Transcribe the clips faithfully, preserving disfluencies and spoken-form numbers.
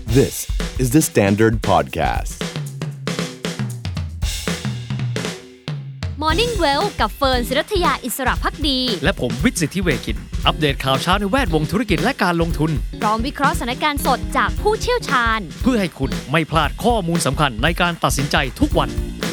This is the Standard Podcast. Morning Well กับเฟิร์นศิรัทยาอิสระภักดีและผมวิทย์สิทธิเวคินอัปเดตข่าวเช้าในแวดวงธุรกิจและการลงทุนพร้อมวิเคราะห์สถานการณ์สดจากผู้เชี่ยวชาญเพื่อให้คุณไม่พลาดข้อมูลสำคัญในการตัดสินใจทุกวัน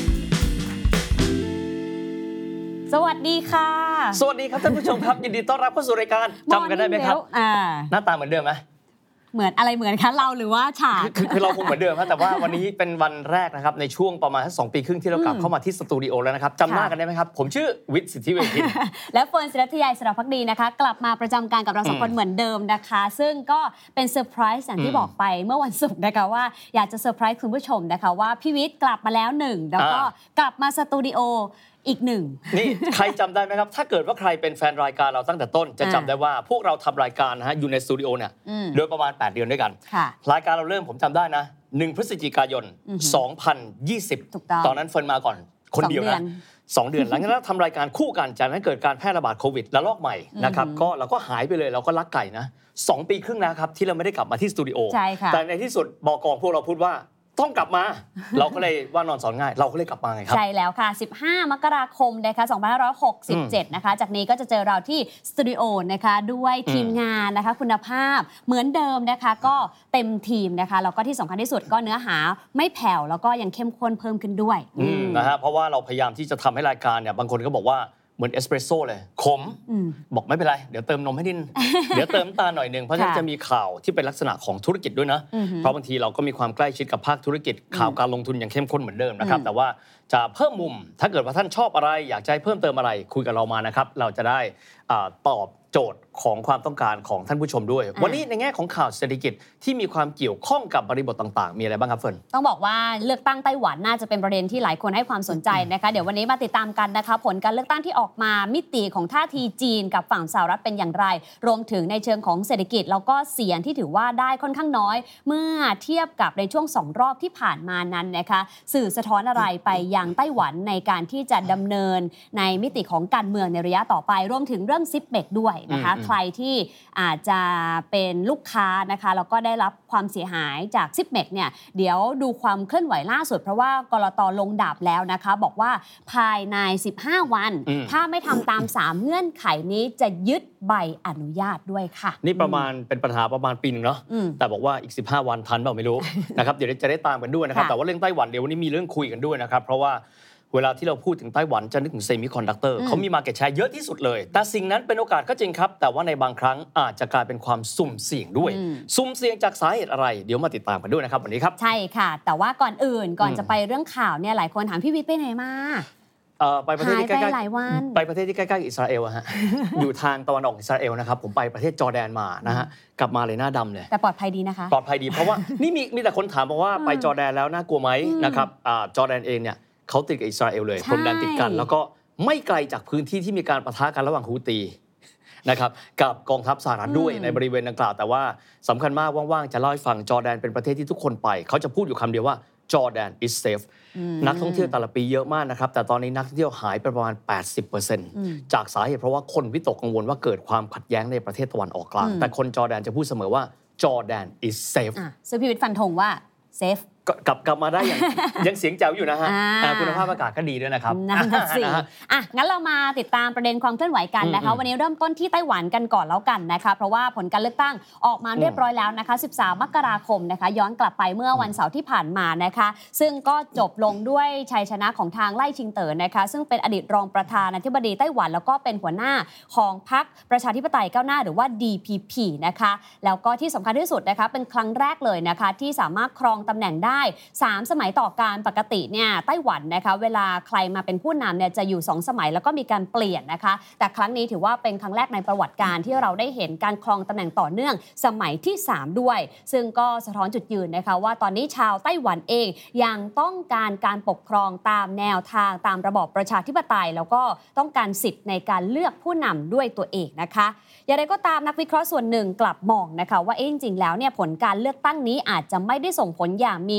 สวัสดีค่ะสวัสดีครับท่านผู้ชมครับยินดีต้อนรับเข้าสู่รายการจำกันได้ไหมครับหน้าตาเหมือนเดิมไหมเหมือนอะไรเหมือนคะเราหรือว่าฉากคือคือเราคงเหมือนเดิมครับแต่ว่าวันนี้เป็นวันแรกนะครับในช่วงประมาณสองปีครึ่งที่เรากลับเข้ามาที่สตูดิโอแล้วนะครับจำหน้ากันได้ไหมครับผมชื่อวิทย์สิทธิเวคินและเฟิร์นศิรัทยาอิสระภักดีนะคะกลับมาประจำการกับเราสองคนเหมือนเดิมนะคะซึ่งก็เป็นเซอร์ไพรส์อย่างที่บอกไปเมื่อวันศุกร์นะคะว่าอยากจะเซอร์ไพรส์คุณผู้ชมนะคะว่าพี่วิทย์กลับมาแล้วหนึ่งแล้วก็กลับมาสตูดิโออีกหนึ่งนี่ใครจำได้ไหมครับถ้าเกิดว่าใครเป็นแฟนรายการเราตั้งแต่ต้นจะจำได้ว่าพวกเราทำรายการนะฮะอยู่ในสตูดิโอเนี่ยโดยประมาณแปดเดือนด้วยกันรายการเราเริ่มผมจำได้นะหนึ่งพฤศจิกายนสองพันยี่สิบตอนนั้นเฟิร์นมาก่อนคนเดียวนะสองเดือนหลังจากนั้นทำรายการคู่กันจากนั้นเกิดการแพร่ระบาดโควิดระลอกใหม่นะครับก็เราก็หายไปเลยเราก็ลักไก่นะสองปีครึ่งนะครับที่เราไม่ได้กลับมาที่สตูดิโอแต่ในที่สุดบก.พวกเราพูดว่าต้องกลับมาเราก็เลยว่านอนสอนง่ายเราก็เลยกลับมาไงครับใช่แล้วค่ะสิบห้ามกราคมนะคะสองพันห้าร้อยหกสิบเจ็ดนะคะจากนี้ก็จะเจอเราที่สตูดิโอนะคะด้วยทีมงานนะคะคุณภาพเหมือนเดิมนะคะก็เต็มทีมนะคะแล้วก็ที่สำคัญที่สุดก็เนื้อหาไม่แผ่วแล้วก็ยังเข้มข้นเพิ่มขึ้นด้วยนะฮะเพราะว่าเราพยายามที่จะทำให้รายการเนี่ยบางคนก็บอกว่าเหมือนเอสเปรสโซ่เลยขมบอกไม่เป็นไรเดี๋ยวเติมนมให้นิดเดี๋ยวเติมตาหน่อยนึงเพราะฉะนั้นจะมีข่าวที่เป็นลักษณะของธุรกิจด้วยนะเพราะบางทีเราก็มีความใกล้ชิดกับภาคธุรกิจข่าวการลงทุนอย่างเข้มข้นเหมือนเดิมนะครับแต่ว่าจะเพิ่มมุมถ้าเกิดว่าท่านชอบอะไรอยากจะให้เพิ่มเติมอะไรคุยกับเรามานะครับเราจะได้ตอบโจทย์ของความต้องการของท่านผู้ชมด้วยวันนี้ในแง่ของข่าวเศรษฐกิจที่มีความเกี่ยวข้องกับบริบทต่างๆมีอะไรบ้างครับเฟิร์นต้องบอกว่าเลือกตั้งไต้หวันน่าจะเป็นประเด็นที่หลายคนให้ความสนใจนะคะเดี๋ยววันนี้มาติดตามกันนะคะผลการเลือกตั้งที่ออกมามิติของท่าทีจีนกับฝั่งสหรัฐเป็นอย่างไรรวมถึงในเชิงของเศรษฐกิจแล้วก็เสียงที่ถือว่าได้ค่อนข้างน้อยเมื่อเทียบกับในช่วงสองรอบที่ผ่านมานั้นนะคะสื่อสะท้อนอะไรไปยังไต้หวันในการที่จะดำเนินในมิติของการเมืองในระยะต่อไปรวมถึงเรื่องซิปเมกด้วยนะคะใครที่อาจจะเป็นลูกค้านะคะแล้วก็ได้รับความเสียหายจากซิปเมกเนี่ยเดี๋ยวดูความเคลื่อนไหวล่าสุดเพราะว่ากลต.ลงดาบแล้วนะคะบอกว่าภายในสิบห้าวันถ้าไม่ทำตามสามเงื่อนไขนี้จะยึดใบอนุญาตด้วยค่ะนี่ประมาณเป็นปัญหาประมาณปีนึงเนาะแต่บอกว่าอีกสิบห้าวันทันเปล่าไม่รู้ นะครับเดี๋ยวจะได้ตามกันด้วยนะครับแต่ว่าเรื่องไต้หวันเดี๋ยววันนี้มีเรื่องคุยกันด้วยนะครับเพราะว่าเวลาที่เราพูดถึงไต้หวันจะนึกถึงเซมิคอนดักเตอร์เขามี market share เยอะที่สุดเลยแต่สิ่งนั้นเป็นโอกาสก็จริงครับแต่ว่าในบางครั้งอาจจะกลายเป็นความสุ่มเสี่ยงด้วยสุ่มเสี่ยงจากสาเหตุอะไรเดี๋ยวมาติดตามกันด้วยนะครับวันนี้ครับใช่ค่ะแต่ว่าก่อนอื่นก่อนจะไปเรื่องข่าวเนี่ยหลายคนถามพี่วิทย์ไปไหนมาเอ่อไปประเทศที่ใกล้ๆหลายวันไปประเทศที่ใกล้ๆอิสราเอลฮะ อยู่ทางตะวันออกอิสราเอลนะครับผมไปประเทศจอร์แดนมานะฮะกลับมาเลยหน้าดำเลยแต่ปลอดภัยดีนะคะปลอดภัยดีเพราะว่านี่มีมีแต่คนถามบอกว่าไปจอร์แดนแล้วน่ากลัวไหมนะครับอ่าจอร์แดนเองเนี่ยเขาติดกับอิสราเอลเลยพรมแดนติดกันแล้วก็ไม่ไกลจากพื้นที่ที่มีการปะทะกันระหว่างฮูตีนะครับกับกองทัพสหรัฐด้วยในบริเวณดังกล่าวแต่ว่าสำคัญมากว่างๆจะเล่าให้ฟังจอร์แดนเป็นประเทศที่ทุกคนไปเขาจะพูดอยู่คำเดียวว่าจอร์แดน is safe นักท่องเที่ยวแต่ละปีเยอะมากนะครับแต่ตอนนี้นักท่องเที่ยวหายไปประมาณ แปดสิบเปอร์เซ็นต์ จากสาเหตุเพราะว่าคนวิตกกังวลว่าเกิดความขัดแย้งในประเทศตะวันออกกลางแต่คนจอร์แดนจะพูดเสมอว่าจอร์แดน is safe ซึ่งพี่วิทย์ฟันธงว่า safe กลับกลับมาได้อย่าง ยังเสียงแจ๋วอยู่นะฮะคุณภาพอากาศก็ดีด้วยนะครับนั่นสิอ่ะงั้นเรามาติดตามประเด็นความเคลื่อนไหวกันนะคะวันนี้เริ่มต้นที่ไต้หวันกันก่อนแล้วกันนะคะเพราะว่าผลการเลือกตั้งออกมาเรียบร้อยแล้วนะคะสิบสามมกราคมนะคะย้อนกลับไปเมื่อวันเสาร์ที่ผ่านมานะคะซึ่งก็จบลงด้วยชัยชนะของทางไล่ชิงเต๋อนะคะซึ่งเป็นอดีตรองประธานาธิบดีไต้หวันแล้วก็เป็นหัวหน้าของพรรคประชาธิปไตยก้าวหน้าหรือว่า ดี พี พี นะคะแล้วก็ที่สำคัญที่สุดนะคะเป็นครั้งแรกเลยนะคะที่สามารถครองตำแหน่งได้สามสมัยต่อการปกติเนี่ยไต้หวันนะคะเวลาใครมาเป็นผู้นำเนี่ยจะอยู่สองสมัยแล้วก็มีการเปลี่ยนนะคะแต่ครั้งนี้ถือว่าเป็นครั้งแรกในประวัติการที่เราได้เห็นการครองตำแหน่งต่อเนื่องสมัยที่สามด้วยซึ่งก็สะท้อนจุดยืนนะคะว่าตอนนี้ชาวไต้หวันเองยังต้องการการปกครองตามแนวทางตามระบอบประชาธิปไตยแล้วก็ต้องการสิทธิ์ในการเลือกผู้นำด้วยตัวเองนะคะอย่างไรก็ตามนักวิเคราะห์ส่วนหนึ่งกลับมองนะคะว่าเอ๊ะจริงๆแล้วเนี่ยผลการเลือกตั้งนี้อาจจะไม่ได้ส่งผลอย่างมี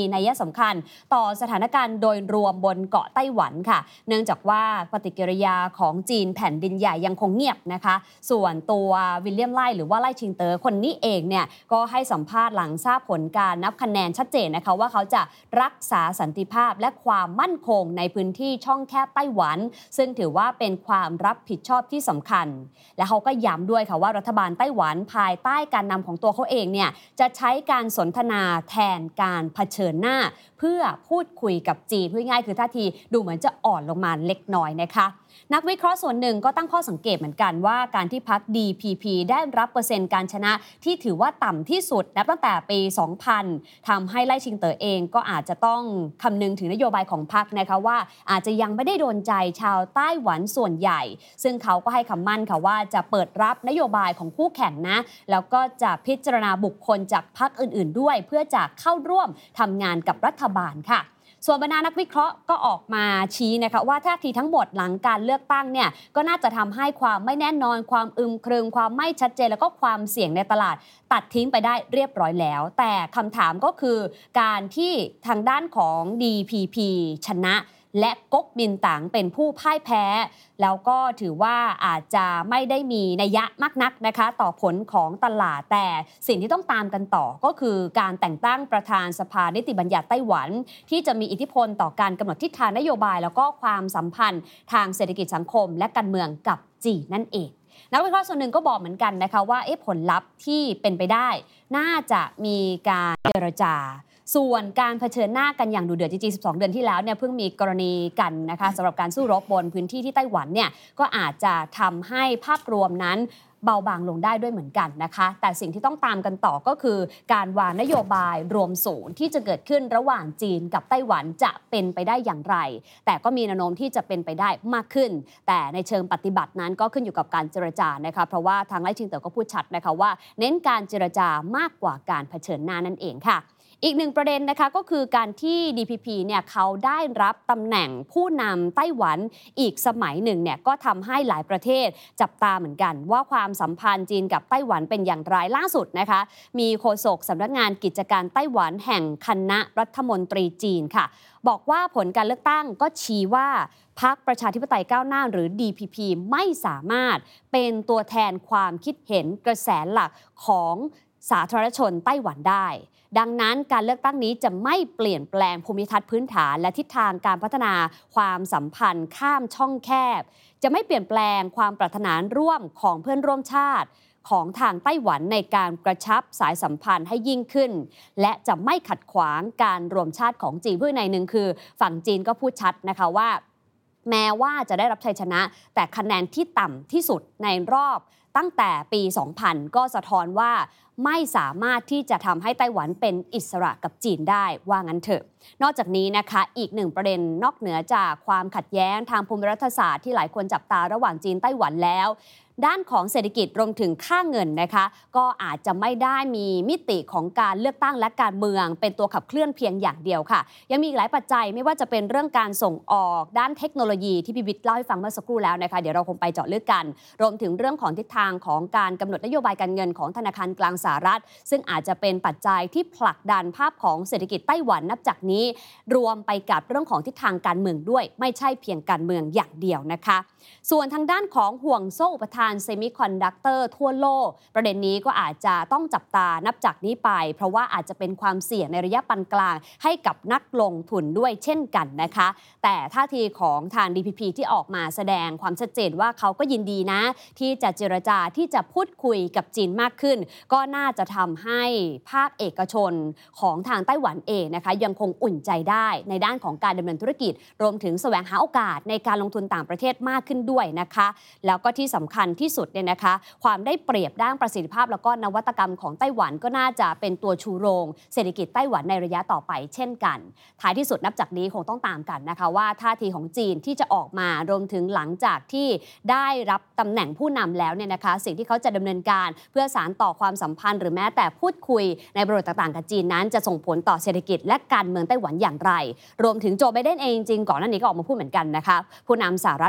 นัยสำคัญต่อสถานการณ์โดยรวมบนเกาะไต้หวันค่ะเนื่องจากว่าปฏิกิริยาของจีนแผ่นดินใหญ่ยังคงเงียบนะคะส่วนตัววิลเลียมไล่หรือว่าไล่ชิงเต๋อคนนี้เองเนี่ยก็ให้สัมภาษณ์หลังทราบผลการนับคะแนนชัดเจนนะคะว่าเขาจะรักษาสันติภาพและความมั่นคงในพื้นที่ช่องแคบไต้หวันซึ่งถือว่าเป็นความรับผิดชอบที่สำคัญและเขาก็ย้ำด้วยค่ะว่ารัฐบาลไต้หวันภายใต้การนำของตัวเขาเองเนี่ยจะใช้การสนทนาแทนการเผชิญหน้าเพื่อพูดคุยกับจีนพูดง่ายคือท่าทีดูเหมือนจะอ่อนลงมาเล็กน้อยนะคะนักวิเคราะห์ส่วนหนึ่งก็ตั้งข้อสังเกตเหมือนกันว่าการที่พรรค ดี พี พี ได้รับเปอร์เซ็นต์การชนะที่ถือว่าต่ำที่สุดนับตั้งแต่ปี สองพัน ทำให้ไล่ชิงเต๋อเองก็อาจจะต้องคำนึงถึงนโยบายของพรรคนะคะว่าอาจจะยังไม่ได้โดนใจชาวไต้หวันส่วนใหญ่ซึ่งเขาก็ให้คำมั่นค่ะว่าจะเปิดรับนโยบายของคู่แข่งนะแล้วก็จะพิจารณาบุคคลจากพรรคอื่นๆด้วยเพื่อจะเข้าร่วมทำงานกับรัฐบาลค่ะส่วนบรรดานักวิเคราะห์ก็ออกมาชี้นะคะว่าท่าทีทั้งหมดหลังการเลือกตั้งเนี่ยก็น่าจะทำให้ความไม่แน่นอนความอึมครึมความไม่ชัดเจนแล้วก็ความเสี่ยงในตลาดตัดทิ้งไปได้เรียบร้อยแล้วแต่คำถามก็คือการที่ทางด้านของ ดี พี พี ชนะและก๊กมินตั๋งเป็นผู้พ่ายแพ้แล้วก็ถือว่าอาจจะไม่ได้มีนัยยะมากนักนะคะต่อผลของตลาดแต่สิ่งที่ต้องตามกันต่อก็คือการแต่งตั้งประธานสภานิติบัญญัติไต้หวันที่จะมีอิทธิพลต่อการกำหนดทิศทางนโยบายแล้วก็ความสัมพันธ์ทางเศรษฐกิจสังคมและการเมืองกับจีนนั่นเองนักวิเคราะห์ส่วนหนึ่งก็บอกเหมือนกันนะคะว่าผลลัพธ์ที่เป็นไปได้น่าจะมีการเจรจาส่วนการเผชิญหน้ากันอย่างดุเดือดจริงๆสิบสองเดือนที่แล้วเนี่ยเพิ่งมีกรณีกันนะคะสำหรับการสู้รบบนพื้นที่ที่ไต้หวันเนี่ยก็อาจจะทำให้ภาพรวมนั้นเบาบางลงได้ด้วยเหมือนกันนะคะแต่สิ่งที่ต้องตามกันต่อก็คือการวางนโยบายรวมศูนย์ที่จะเกิดขึ้นระหว่างจีนกับไต้หวันจะเป็นไปได้อย่างไรแต่ก็มีแนวโน้มที่จะเป็นไปได้มากขึ้นแต่ในเชิงปฏิบัตินั้นก็ขึ้นอยู่กับการเจรจานะคะเพราะว่าทางไล่ชิงเต๋อก็พูดชัดนะคะว่าเน้นการเจรจามากกว่าการเผชิญหน้านั่นเองค่ะอีกหนึ่งประเด็นนะคะก็คือการที่ ดี พี พี เนี่ยเขาได้รับตำแหน่งผู้นำไต้หวันอีกสมัยหนึ่งเนี่ยก็ทำให้หลายประเทศจับตาเหมือนกันว่าความสัมพันธ์จีนกับไต้หวันเป็นอย่างไรล่าสุดนะคะมีโฆษกสำนักงานกิจการไต้หวันแห่งคณะรัฐมนตรีจีนค่ะบอกว่าผลการเลือกตั้งก็ชี้ว่าพรรคประชาธิปไตยก้าวหน้าหรือ ดี พี พี ไม่สามารถเป็นตัวแทนความคิดเห็นกระแสหลักของสาธารณชนไต้หวันได้ดังนั้นการเลือกตั้งนี้จะไม่เปลี่ยนแปลงภูมิทัศน์พื้นฐานและทิศทางการพัฒนาความสัมพันธ์ข้ามช่องแคบจะไม่เปลี่ยนแปลงความปรารถนาร่วมของเพื่อนร่วมชาติของทางไต้หวันในการกระชับสายสัมพันธ์ให้ยิ่งขึ้นและจะไม่ขัดขวางการรวมชาติของจีนเพื่อในหนึ่งคือฝั่งจีนก็พูดชัดนะคะว่าแม้ว่าจะได้รับชัยชนะแต่คะแนนที่ต่ำที่สุดในรอบตั้งแต่ปี สองพัน ก็สะท้อนว่าไม่สามารถที่จะทำให้ไต้หวันเป็นอิสระกับจีนได้ว่างั้นเถอะนอกจากนี้นะคะอีกหนึ่งประเด็นนอกเหนือจากความขัดแย้งทางภูมิรัฐศาสตร์ที่หลายคนจับตาระหว่างจีนไต้หวันแล้วด้านของเศรษฐกิจรวมถึงค่าเงินนะคะก็อาจจะไม่ได้มีมิติของการเลือกตั้งและการเมืองเป็นตัวขับเคลื่อนเพียงอย่างเดียวค่ะยังมีอีกหลายปัจจัยไม่ว่าจะเป็นเรื่องการส่งออกด้านเทคโนโลยีที่พี่วิทย์เล่าให้ฟังเมื่อสักครู่แล้วนะคะเดี๋ยวเราคงไปเจาะลึกกันรวมถึงเรื่องของทิศทางของการกำหนดนโยบายการเงินของธนาคารกลางสหรัฐซึ่งอาจจะเป็นปัจจัยที่ผลักดันภาพของเศรษฐกิจไต้หวันนับจากนี้รวมไปกับเรื่องของทิศทางการเมืองด้วยไม่ใช่เพียงการเมืองอย่างเดียวนะคะส่วนทางด้านของห่วงโซ่อุปทานเซมิคอนดักเตอร์ทั่วโลกประเด็นนี้ก็อาจจะต้องจับตานับจากนี้ไปเพราะว่าอาจจะเป็นความเสี่ยงในระยะปานกลางให้กับนักลงทุนด้วยเช่นกันนะคะแต่ท่าทีของทาง ดี พี พี ที่ออกมาแสดงความชัดเจนว่าเขาก็ยินดีนะที่จะเจรจาที่จะพูดคุยกับจีนมากขึ้นก็น่าจะทำให้ภาคเอกชนของทางไต้หวันเองนะคะยังคงอุ่นใจได้ในด้านของการดำเนินธุรกิจรวมถึงแสวงหาโอกาสในการลงทุนต่างประเทศมากขึ้นด้วยนะคะแล้วก็ที่สำคัญที่สุดเนี่ยนะคะความได้เปรียบด้านประสิทธิภาพแล้วก็นวัตกรรมของไต้หวันก็น่าจะเป็นตัวชูโรงเศรษฐกิจไต้หวันในระยะต่อไปเช่นกันท้ายที่สุดนับจากนี้คงต้องตามกันนะคะว่าท่าทีของจีนที่จะออกมารวมถึงหลังจากที่ได้รับตำแหน่งผู้นำแล้วเนี่ยนะคะสิ่งที่เขาจะดำเนินการเพื่อสานต่อความสัมพันธ์หรือแม้แต่พูดคุยในบริบทต่างๆกับจีนนั้นจะส่งผลต่อเศรษฐกิจและการเมืองไต้หวันอย่างไรรวมถึงโจไบเดนเองจริงก่อนหน้านี้ก็ออกมาพูดเหมือนกันนะคะผู้นำสหรัฐบอกว่า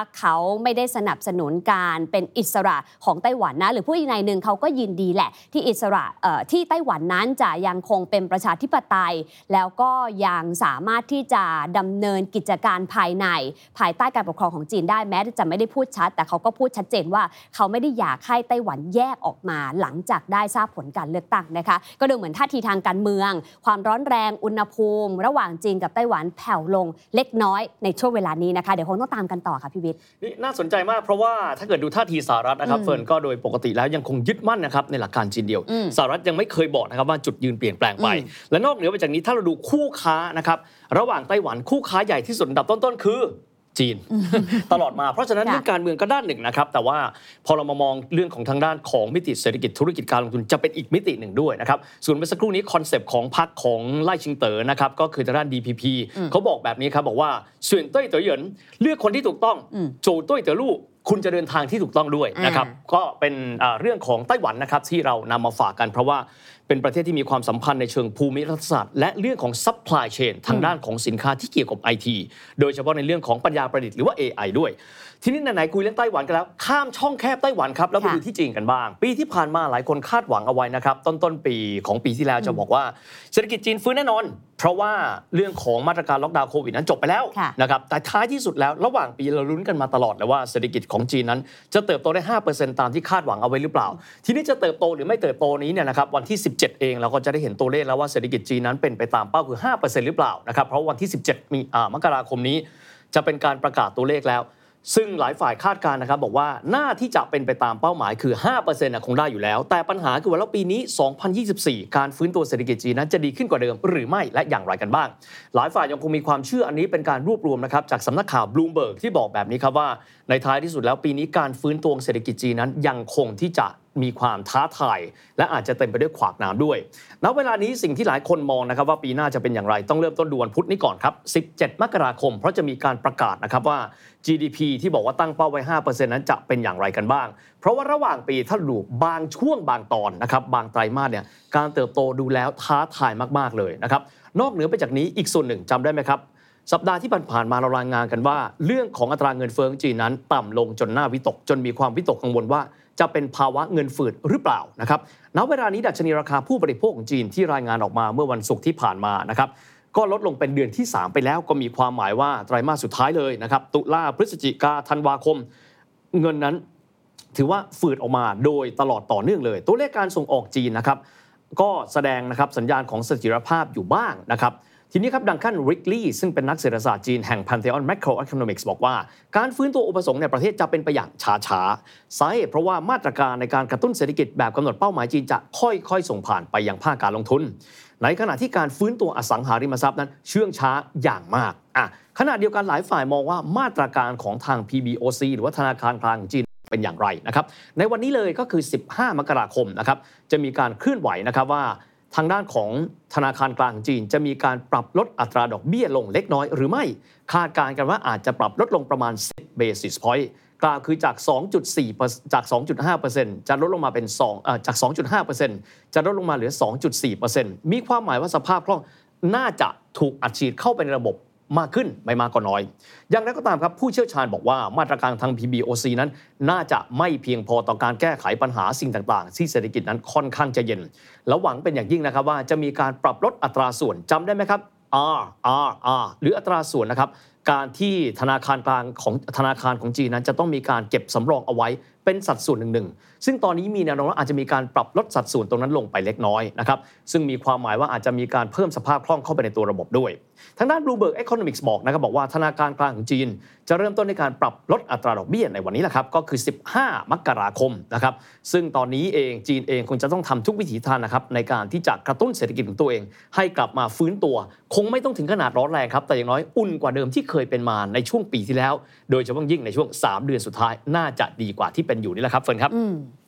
เขาไม่ได้สนับสนุนการเป็นอิสระของไต้หวันนะหรือผู้อีกในหนึ่งเขาก็ยินดีแหละที่อิสระที่ไต้หวันนั้นจะยังคงเป็นประชาธิปไตยแล้วก็ยังสามารถที่จะดำเนินกิจการภายในภายใต้การปกครองของจีนได้แม้จะไม่ได้พูดชัดแต่เขาก็พูดชัดเจนว่าเขาไม่ได้อยากให้ไต้หวันแยกออกมาหลังจากได้ทราบผลการเลือกตั้งนะคะก็ดูเหมือนท่าทีทางการเมืองความร้อนแรงอุณหภูมิระหว่างจีนกับไต้หวันแผ่วลงเล็กน้อยในช่วงเวลานี้นะคะเดี๋ยวคงต้องตามกันต่อค่ะพี่วิทย์นี่น่าสนใจมากเพราะว่าถ้าเกิดดูท่าทีสหรัฐนะครับเฟิร์นก็โดยปกติแล้วยังคงยึดมั่นนะครับในหลักการจีนเดียวสหรัฐยังไม่เคยบอกนะครับว่าจุดยืนเปลี่ยนแปลงไปและนอกเหนือไปจากนี้ถ้าเราดูคู่ค้านะครับระหว่างไต้หวันคู่ค้าใหญ่ที่สุดอันดับต้นๆคือจีน ตลอดมาเพราะฉะนั้นเรื่องการเมืองก็ด้านหนึ่งนะครับแต่ว่าพอเรามามองเรื่องของทางด้านของมิติเศรษฐกิจธุรกิจการลงทุนจะเป็นอีกมิติหนึ่งด้วยนะครับส่วนเมื่อสักครู่นี้คอนเซปต์ของพรรคของไล่ชิงเต๋อนะครับก็คือทางด้าน ดี พี พี เขาบอกแบบนี้ครับบอกว่าส่วนเต้ยเต๋อเหยินเลือกคนที่ถูกต้องโจวเต้ยเต๋อลู่คุณจะเดินทางที่ถูกต้องด้วยนะครับก็เป็นเรื่องของไต้หวันนะครับที่เรานำมาฝากกันเพราะว่าเป็นประเทศที่มีความสัมพันธ์ในเชิงภูมิรัฐศาสตร์และเรื่องของ supply chain ทางด้านของสินค้าที่เกี่ยวกับ ไอ ที โดยเฉพาะในเรื่องของปัญญาประดิษฐ์หรือว่า เอ ไอ ด้วยทีนี้ไหนๆคุยเรื่องไต้หวันกันแล้วข้ามช่องแคบไต้หวันครับแล้วไปดูที่จีนกันบ้างปีที่ผ่านมาหลายคนคาดหวังเอาไว้นะครับต้นต้นปีของปีที่แล้วจะบอกว่าเศรษฐกิจจีนฟื้นแน่นอนเพราะว่าเรื่องของมาตรการล็อกดาวน์โควิดนั้นจบไปแล้วนะครับแต่ท้ายที่สุดแล้วระหว่างปีเราลุ้นกันมาตลอดเลยว่าเศรษฐกิจของจีนนั้นจะเติบโตได้ ห้าเปอร์เซ็นต์ ตามที่คาดหวังเอาไว้หรือเปล่าทีนี้จะเติบโตหรือไม่เติบโตนี้เนี่ยนะครับวันที่สิบเจ็ดเองเราก็จะได้เห็นตัวเลขแล้วว่าเศรษฐกิจจีนนั้นเป็นไปตามเป้าคือ ห้าเปอร์เซ็นต์ หรือเปล่านะครับเพราะวันที่สิบเจ็ดมีมกราคมนี้จะเป็นการประกาศตัวเลขแล้วซึ่งหลายฝ่ายคาดการณ์นะครับบอกว่าน่าที่จะเป็นไปตามเป้าหมายคือ ห้าเปอร์เซ็นต์ นะคงได้อยู่แล้วแต่ปัญหาคือว่าแล้วปีนี้สองพันยี่สิบสี่การฟื้นตัวเศรษฐกิจจีนนั้นจะดีขึ้นกว่าเดิมหรือไม่และอย่างไรกันบ้างหลายฝ่ายยังคงมีความเชื่ออันนี้เป็นการรวบรวมนะครับจากสำนักข่าว Bloomberg ที่บอกแบบนี้ครับว่าในท้ายที่สุดแล้วปีนี้การฟื้นตัวเศรษฐกิจจีนนั้นยังคงที่จะมีความท้าทายและอาจจะเต็มไปด้วยขวากหนามด้วยณเวลานี้สิ่งที่หลายคนมองนะครับว่าปีหน้าจะเป็นอย่างไรต้องเริ่มต้นดูวันพุธนี้ก่อนครับสิบเจ็ดมกราคมเพราะจะมีการประกาศนะครับว่า จี ดี พี ที่บอกว่าตั้งเป้าไว้ ห้าเปอร์เซ็นต์ นั้นจะเป็นอย่างไรกันบ้างเพราะว่าระหว่างปีถ้าดูบางช่วงบางตอนนะครับบางไตรมาสเนี่ยการเติบโตดูแล้วท้าทายมากๆเลยนะครับนอกเหนือไปจากนี้อีกส่วนหนึ่งจำได้ไหมครับสัปดาห์ที่ผ่านๆมาเรารายงานกันว่าเรื่องของอัตราเงินเฟ้อจีนนั้นต่ำลงจนน่าวิตกจนมีความวิตกกังวลว่าจะเป็นภาวะเงินฝืดหรือเปล่านะครับณเวลานี้ดัชนีราคาผู้บริโภคของจีนที่รายงานออกมาเมื่อวันศุกร์ที่ผ่านมานะครับก็ลดลงเป็นเดือนที่สามไปแล้วก็มีความหมายว่าไตรมาสสุดท้ายเลยนะครับตุลาพฤศจิกาธันวาคมเงินนั้นถือว่าฝืดออกมาโดยตลอดต่อเนื่องเลยตัวเลขการส่งออกจีนนะครับก็แสดงนะครับสัญญาณของเสถียรภาพอยู่บ้างนะครับทีนี้ครับดังคันริกลีย์ซึ่งเป็นนักเศรษฐศาสตร์จีนแห่ง Pantheon Macroeconomics บอกว่าการฟื้นตัวอุปสงค์ในประเทศจะเป็นไปอย่างช้าๆสาเหตุเพราะว่ามาตรการในการกระตุ้นเศรษฐกิจแบบกำหนดเป้าหมายจีนจะค่อยๆส่งผ่านไปยังภาคการลงทุนในขณะที่การฟื้นตัวอสังหาริมทรัพย์นั้นเชื่องช้าอย่างมากอ่ะขณะเดียวกันหลายฝ่ายมองว่ามาตรการของทาง พี บี โอ ซี หรือว่าธนาคารกลางจีนเป็นอย่างไรนะครับในวันนี้เลยก็คือสิบห้ามกราคมนะครับจะมีการเคลื่อนไหวนะครับว่าทางด้านของธนาคารกลางจีนจะมีการปรับลดอัตราดอกเบี้ยลงเล็กน้อยหรือไม่คาดการณ์กันว่าอาจจะปรับลดลงประมาณสิบ basis point กล่าวคือจาก สองจุดสี่ จาก สองจุดห้าเปอร์เซ็นต์ จะลดลงมาเป็น2เอ่อจาก สองจุดห้าเปอร์เซ็นต์ จะลดลงมาเหลือ สองจุดสี่เปอร์เซ็นต์ มีความหมายว่าสภาพคล่องน่าจะถูกอัดฉีดเข้าไปในระบบมากขึ้นไม่มากก็น้อยอย่างไรก็ตามครับผู้เชี่ยวชาญบอกว่ามาตรการทาง พี บี โอ ซี นั้นน่าจะไม่เพียงพอต่อการแก้ไขปัญหาสิ่งต่างๆที่เศรษฐกิจนั้นค่อนข้างจะเย็นและหวังเป็นอย่างยิ่งนะครับว่าจะมีการปรับลดอัตราส่วนจำได้ไหมครับ R R R หรืออัตราส่วนนะครับการที่ธนาคารกลางของธนาคารของจีนนั้นจะต้องมีการเก็บสำรองเอาไว้เป็นสัดส่วนหนึ่งๆซึ่งตอนนี้มีแนวโน้มว่าอาจจะมีการปรับลดสัดส่วนตรงนั้นลงไปเล็กน้อยนะครับซึ่งมีความหมายว่าอาจจะมีการเพิ่มสภาพคล่องเข้าไปในตัวระบบด้วยทางด้าน Bloomberg Economics บอกนะครับบอกว่าธนาคารกลางของจีนจะเริ่มต้นในการปรับลดอัตราดอกเบี้ยในวันนี้แหละครับก็คือสิบห้ามกราคมนะครับซึ่งตอนนี้เองจีนเองคงจะต้องทำทุกวิถีทางนะครับในการที่จะกระตุ้นเศรษฐกิจของตัวเองให้กลับมาฟื้นตัวคงไม่ต้องถึงขนาดร้อนแรงครับแต่อย่างน้อยอุ่นกว่าเดิมที่เคยเป็นมาในช่วงปีที่แล้วโดยเฉพาะยิ่งในช่วงสามเดือนสุดท้ายน่าจะดีกว่าที่เป็นอยู่นี่แหละครับเฟิร์นครับต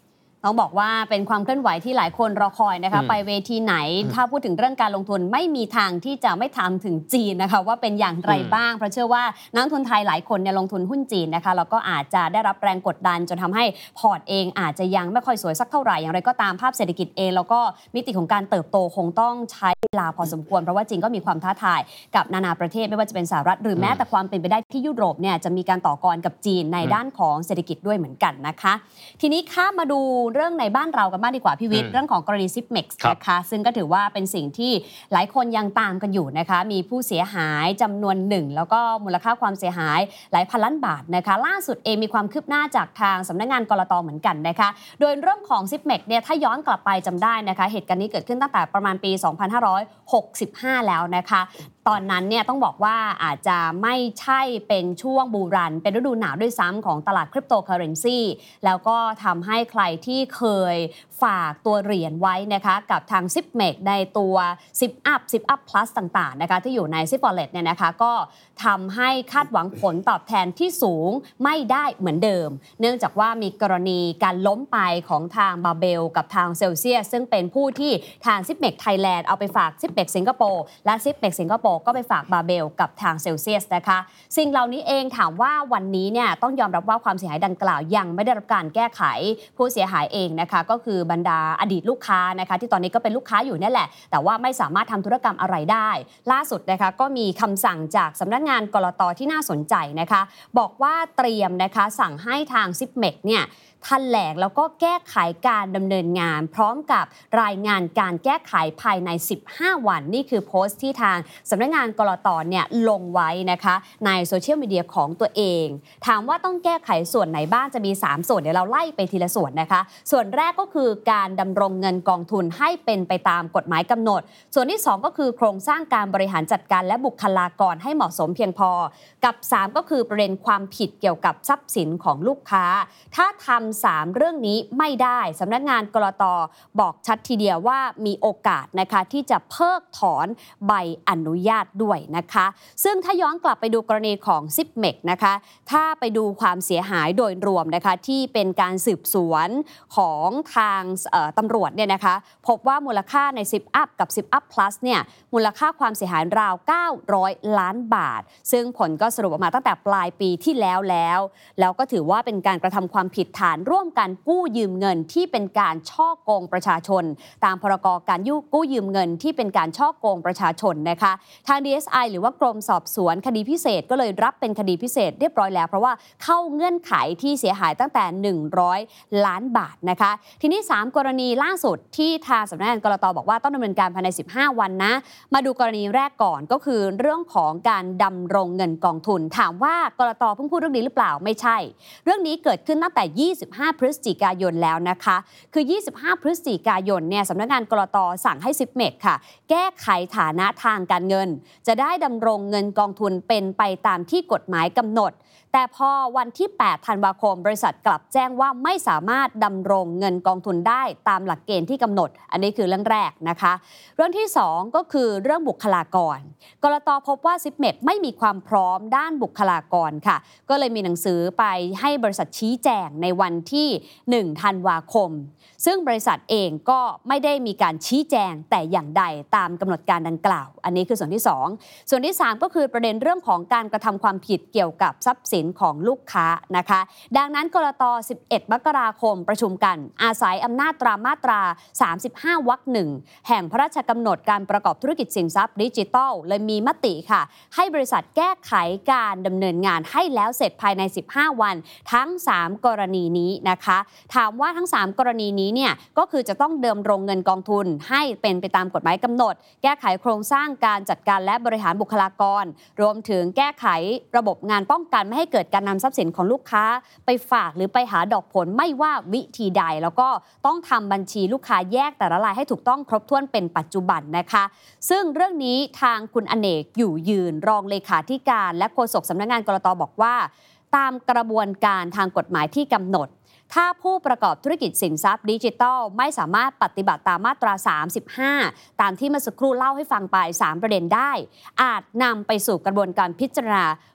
ต้องบอกว่าเป็นความเคลื่อนไหวที่หลายคนรอคอยนะคะไปเวทีไหนถ้าพูดถึงเรื่องการลงทุนไม่มีทางที่จะไม่ทำถึงจีนนะคะว่าเป็นอย่างไรบ้างเพราะเชื่อว่านักลงทุนไทยหลายคนเนี่ยลงทุนหุ้นจีนนะคะแล้วก็อาจจะได้รับแรงกดดันจนทำให้พอร์ตเองอาจจะยังไม่ค่อยสวยสักเท่าไหร่อย่างไรก็ตามภาพเศรษฐกิจเองแล้วก็มิติของการเติบโตคงต้องใช้เวลาพอสมควรเพราะว่าจีนก็มีความท้าทายกับนานาประเทศไม่ว่าจะเป็นสหรัฐหรือแม้แต่ความเป็นไปได้ที่ยุโรปเนี่ยจะมีการต่อกรกับจีนในด้านของเศรษฐกิจด้วยเหมือนกันนะคะทีนี้ข้ามมาดูเรื่องในบ้านเรากันบ้างดีกว่าพี่วิทย์เรื่องของกรณี ซิปเม็กซ์ นะคะซึ่งก็ถือว่าเป็นสิ่งที่หลายคนยังตามกันอยู่นะคะมีผู้เสียหายจำนวนหนึ่งแล้วก็มูลค่าความเสียหายหลายพันล้านบาทนะคะล่าสุดเองมีความคืบหน้าจากทางสำนักงานกลต.เหมือนกันนะคะโดยเรื่องของ ซิปเม็กซ์ เนี่ยถ้าย้อนกลับไปจำได้นะคะเหตุการณ์นี้เกิดขึ้นตั้งแต่ประมาณปีสองพันห้าร้อยหกสิบห้าแล้วนะคะตอนนั้นเนี่ยต้องบอกว่าอาจจะไม่ใช่เป็นช่วงบูรันเป็นฤดูหนาวด้วยซ้ำของตลาดคริปโตเคอเรนซีแล้วก็ทำให้ใครที่เคยฝากตัวเหรียญไว้นะคะกับทาง ซิปเม็กซ์ ในตัว ซิปอัพ ซิปอัพ พลัส ต่างๆนะคะที่อยู่ใน ซิป Wallet เนี่ยนะคะก็ทำให้คาดหวังผลตอบแทนที่สูงไม่ได้เหมือนเดิมเนื่องจากว่ามีกรณีการล้มไปของทางบาเบลกับทางเซลเซียสซึ่งเป็นผู้ที่ทาง ซิปเม็กซ์ Thailand เอาไปฝาก ซิปเม็กซ์ สิงคโปร์และ ซิปเม็กซ์ สิงคโปร์ก็ไปฝากบาเบลกับทางเซลเซียสนะคะสิ่งเหล่านี้เองถามว่าวันนี้เนี่ยต้องยอมรับว่าความเสียหายดังกล่าวยังไม่ได้รับการแก้ไขผู้เสียหายเองนะคะก็คือบรรดาอดีตลูกค้านะคะที่ตอนนี้ก็เป็นลูกค้าอยู่นี่แหละแต่ว่าไม่สามารถทำธุรกรรมอะไรได้ล่าสุดนะคะก็มีคำสั่งจากสำนักงานกลต.ที่น่าสนใจนะคะบอกว่าเตรียมนะคะสั่งให้ทาง ซิปเม็กซ์ เนี่ยแถลงแล้วก็แก้ไขการดำเนินงานพร้อมกับรายงานการแก้ไขภายในสิบห้าวันนี่คือโพสต์ที่ทางสำนักงานกลต.เนี่ยลงไว้นะคะในโซเชียลมีเดียของตัวเองถามว่าต้องแก้ไขส่วนไหนบ้างจะมีสามส่วนเดี๋ยวเราไล่ไปทีละส่วนนะคะส่วนแรกก็คือการดำรงเงินกองทุนให้เป็นไปตามกฎหมายกำหนดส่วนที่สองก็คือโครงสร้างการบริหารจัดการและบุคลากรให้เหมาะสมเพียงพอกับสามก็คือประเด็นความผิดเกี่ยวกับทรัพย์สินของลูกค้าถ้าทำสามเรื่องนี้ไม่ได้สำนักงานกลต.บอกชัดทีเดียวว่ามีโอกาสนะคะที่จะเพิกถอนใบอนุญาตด้วยนะคะซึ่งถ้าย้อนกลับไปดูกรณีของ ซิปเม็กซ์ นะคะถ้าไปดูความเสียหายโดยรวมนะคะที่เป็นการสืบสวนของทางตำรวจเนี่ยนะคะพบว่ามูลค่าใน ซิปอัพ กับ ซิปอัพ พลัส เนี่ยมูลค่าความเสียหายราวเก้าร้อยล้านบาทซึ่งผลก็สรุปออกมาตั้งแต่ปลายปีที่แล้วแล้วแล้วก็ถือว่าเป็นการกระทำความผิดฐานร่วมกันกู้ยืมเงินที่เป็นการฉ้อโกงประชาชนตามพรกการกู้ยืมเงินที่เป็นการฉ้อโกงประชาชนนะคะทาง ดี เอส ไอ หรือว่ากรมสอบสวนคดีพิเศษก็เลยรับเป็นคดีพิเศษเรียบร้อยแล้วเพราะว่าเข้าเงื่อนไขที่เสียหายตั้งแต่หนึ่งร้อยล้านบาทนะคะทีนี้สามกรณีล่าสุดที่ทางสำนักงานกลต.บอกว่าต้องดำเนินการภายในสิบห้าวันนะมาดูกรณีแรกก่อนก็คือเรื่องของการดำรงเงินกองทุนถามว่ากลต.เพิ่งพูดเรื่องนี้หรือเปล่าไม่ใช่เรื่องนี้เกิดขึ้นตั้งแต่ยี่สิบห้าพฤศจิกายนแล้วนะคะคือยี่สิบห้าพฤศจิกายนเนี่ยสำนักงานกลต.สั่งให้ ซิปเม็กซ์ ค่ะแก้ไขฐานะทางการเงินจะได้ดำรงเงินกองทุนเป็นไปตามที่กฎหมายกำหนดแต่พอวันที่แปดธันวาคมบริษัทกลับแจ้งว่าไม่สามารถดำรงเงินกองทุนได้ตามหลักเกณฑ์ที่กำหนดอันนี้คือเรื่องแรกนะคะเรื่องที่สองก็คือเรื่องบุคลากรกลต.พบว่า ซิปเม็กซ์ ไม่มีความพร้อมด้านบุคลากรค่ะก็เลยมีหนังสือไปให้บริษัทชี้แจงในวันที่หนึ่งธันวาคมซึ่งบริษัทเองก็ไม่ได้มีการชี้แจงแต่อย่างใดตามกำหนดการดังกล่าวอันนี้คือส่วนที่สองส่วนที่สามก็คือประเด็นเรื่องของการกระทำความผิดเกี่ยวกับทรัพย์สินของลูกค้านะคะดังนั้นกลต.สิบเอ็ดมกราคมประชุมกันอาศัยอำนาจตามมาตราสามสิบห้าวรรคหนึ่งแห่งพระราชกำหนดการประกอบธุรกิจสินทรัพย์ดิจิทัลเลยมีมติค่ะให้บริษัทแก้ไขการดำเนินงานให้แล้วเสร็จภายในสิบห้าวันทั้งสามกรณีนี้นะคะถามว่าทั้งสามกรณีนี้เนี่ยก็คือจะต้องเดิมรงเงินกองทุนให้เป็นไปตามกฎหมายกำหนดแก้ไขโครงสร้างการจัดการและบริหารบุคลากรรวมถึงแก้ไขระบบงานป้องกันไม่ให้เกิดการนำทรัพย์สินของลูกค้าไปฝากหรือไปหาดอกผลไม่ว่าวิธีใดแล้วก็ต้องทำบัญชีลูกค้าแยกแต่ละรายให้ถูกต้องครบถ้วนเป็นปัจจุบันนะคะซึ่งเรื่องนี้ทางคุณอเนกอยู่ยืนรองเลขาธิการและโฆษกสำนักงานกลต.บอกว่าตามกระบวนการทางกฎหมายที่กำหนดถ้าผู้ประกอบธุรกิจสินทรัพย์ดิจิทัลไม่สามารถปฏิบัติตามมาตราสามสิบห้าตามที่เมื่อสักครู่เล่าให้ฟังไปสามประเด็นได้อาจนำไปสู่กระบวนการพิจารณา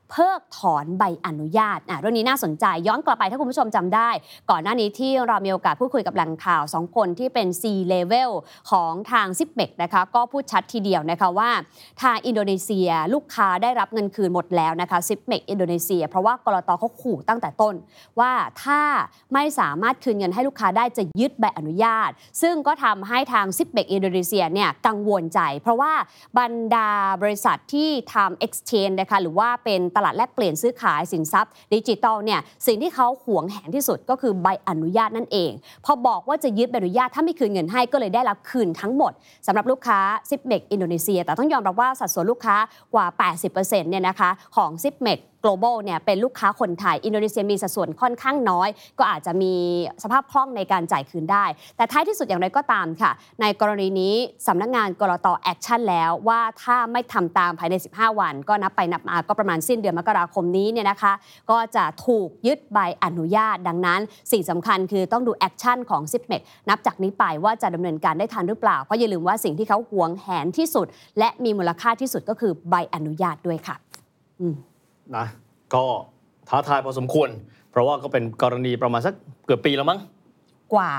เพิกถอนใบอนุญาตอ่ะเรื่องนี้น่าสนใจย้อนกลับไปถ้าคุณผู้ชมจำได้ก่อนหน้านี้ที่เรามีโอกาสพูดคุยกับแหล่งข่าวสองคนที่เป็น C level ของทาง ซิปเมก นะคะก็พูดชัดทีเดียวนะคะว่าทางอินโดนีเซียลูกค้าได้รับเงินคืนหมดแล้วนะคะ ซิปเมก อินโดนีเซียเพราะว่ากลต.เขาขู่ตั้งแต่ต้นว่าถ้าไม่สามารถคืนเงินให้ลูกค้าได้จะยึดใบอนุญาตซึ่งก็ทำให้ทาง ซิปเมก อินโดนีเซียเนี่ยกังวลใจเพราะว่าบรรดาบริษัทที่ทำ exchange นะคะหรือว่าเป็นตลาดแลกเปลี่ยนซื้อขายสินทรัพย์ดิจิทัลเนี่ยสิ่งที่เขาหวงแหนที่สุดก็คือใบอนุญาตนั่นเองพอบอกว่าจะยึดใบอนุญาตถ้าไม่คืนเงินให้ก็เลยได้รับคืนทั้งหมดสำหรับลูกค้า ซิปเมก อินโดนีเซียแต่ต้องยอมรับว่าสัดส่วนลูกค้ากว่า แปดสิบเปอร์เซ็นต์ เนี่ยนะคะของ ซิปเมกglobal เนี่ยเป็นลูกค้าคนไทยอินโดนีเซียมีสัดส่วนค่อนข้างน้อยก็อาจจะมีสภาพคล่องในการจ่ายคืนได้แต่ท้ายที่สุดอย่างไรก็ตามค่ะในกรณีนี้สำนักงานกลต.แอคชั่นแล้วว่าถ้าไม่ทำตามภายในสิบห้าวันก็นับไปนับมาก็ประมาณสิ้นเดือนมกราคมนี้เนี่ยนะคะก็จะถูกยึดใบอนุญาตดังนั้นสิ่งสำคัญคือต้องดูแอคชั่นของ ซิปเมก นับจากนี้ไปว่าจะดำเนินการได้ทันหรือเปล่าเพราะอย่าลืมว่าสิ่งที่เขาหวงแหนที่สุดและมีมูลค่าที่สุดก็คือใบอนุญาตด้วยค่ะอืมนะก็ท้าทายพอสมควรเพราะว่าก็เป็นกรณีประมาณสักเกือบปีแล้วมั้งกว่าก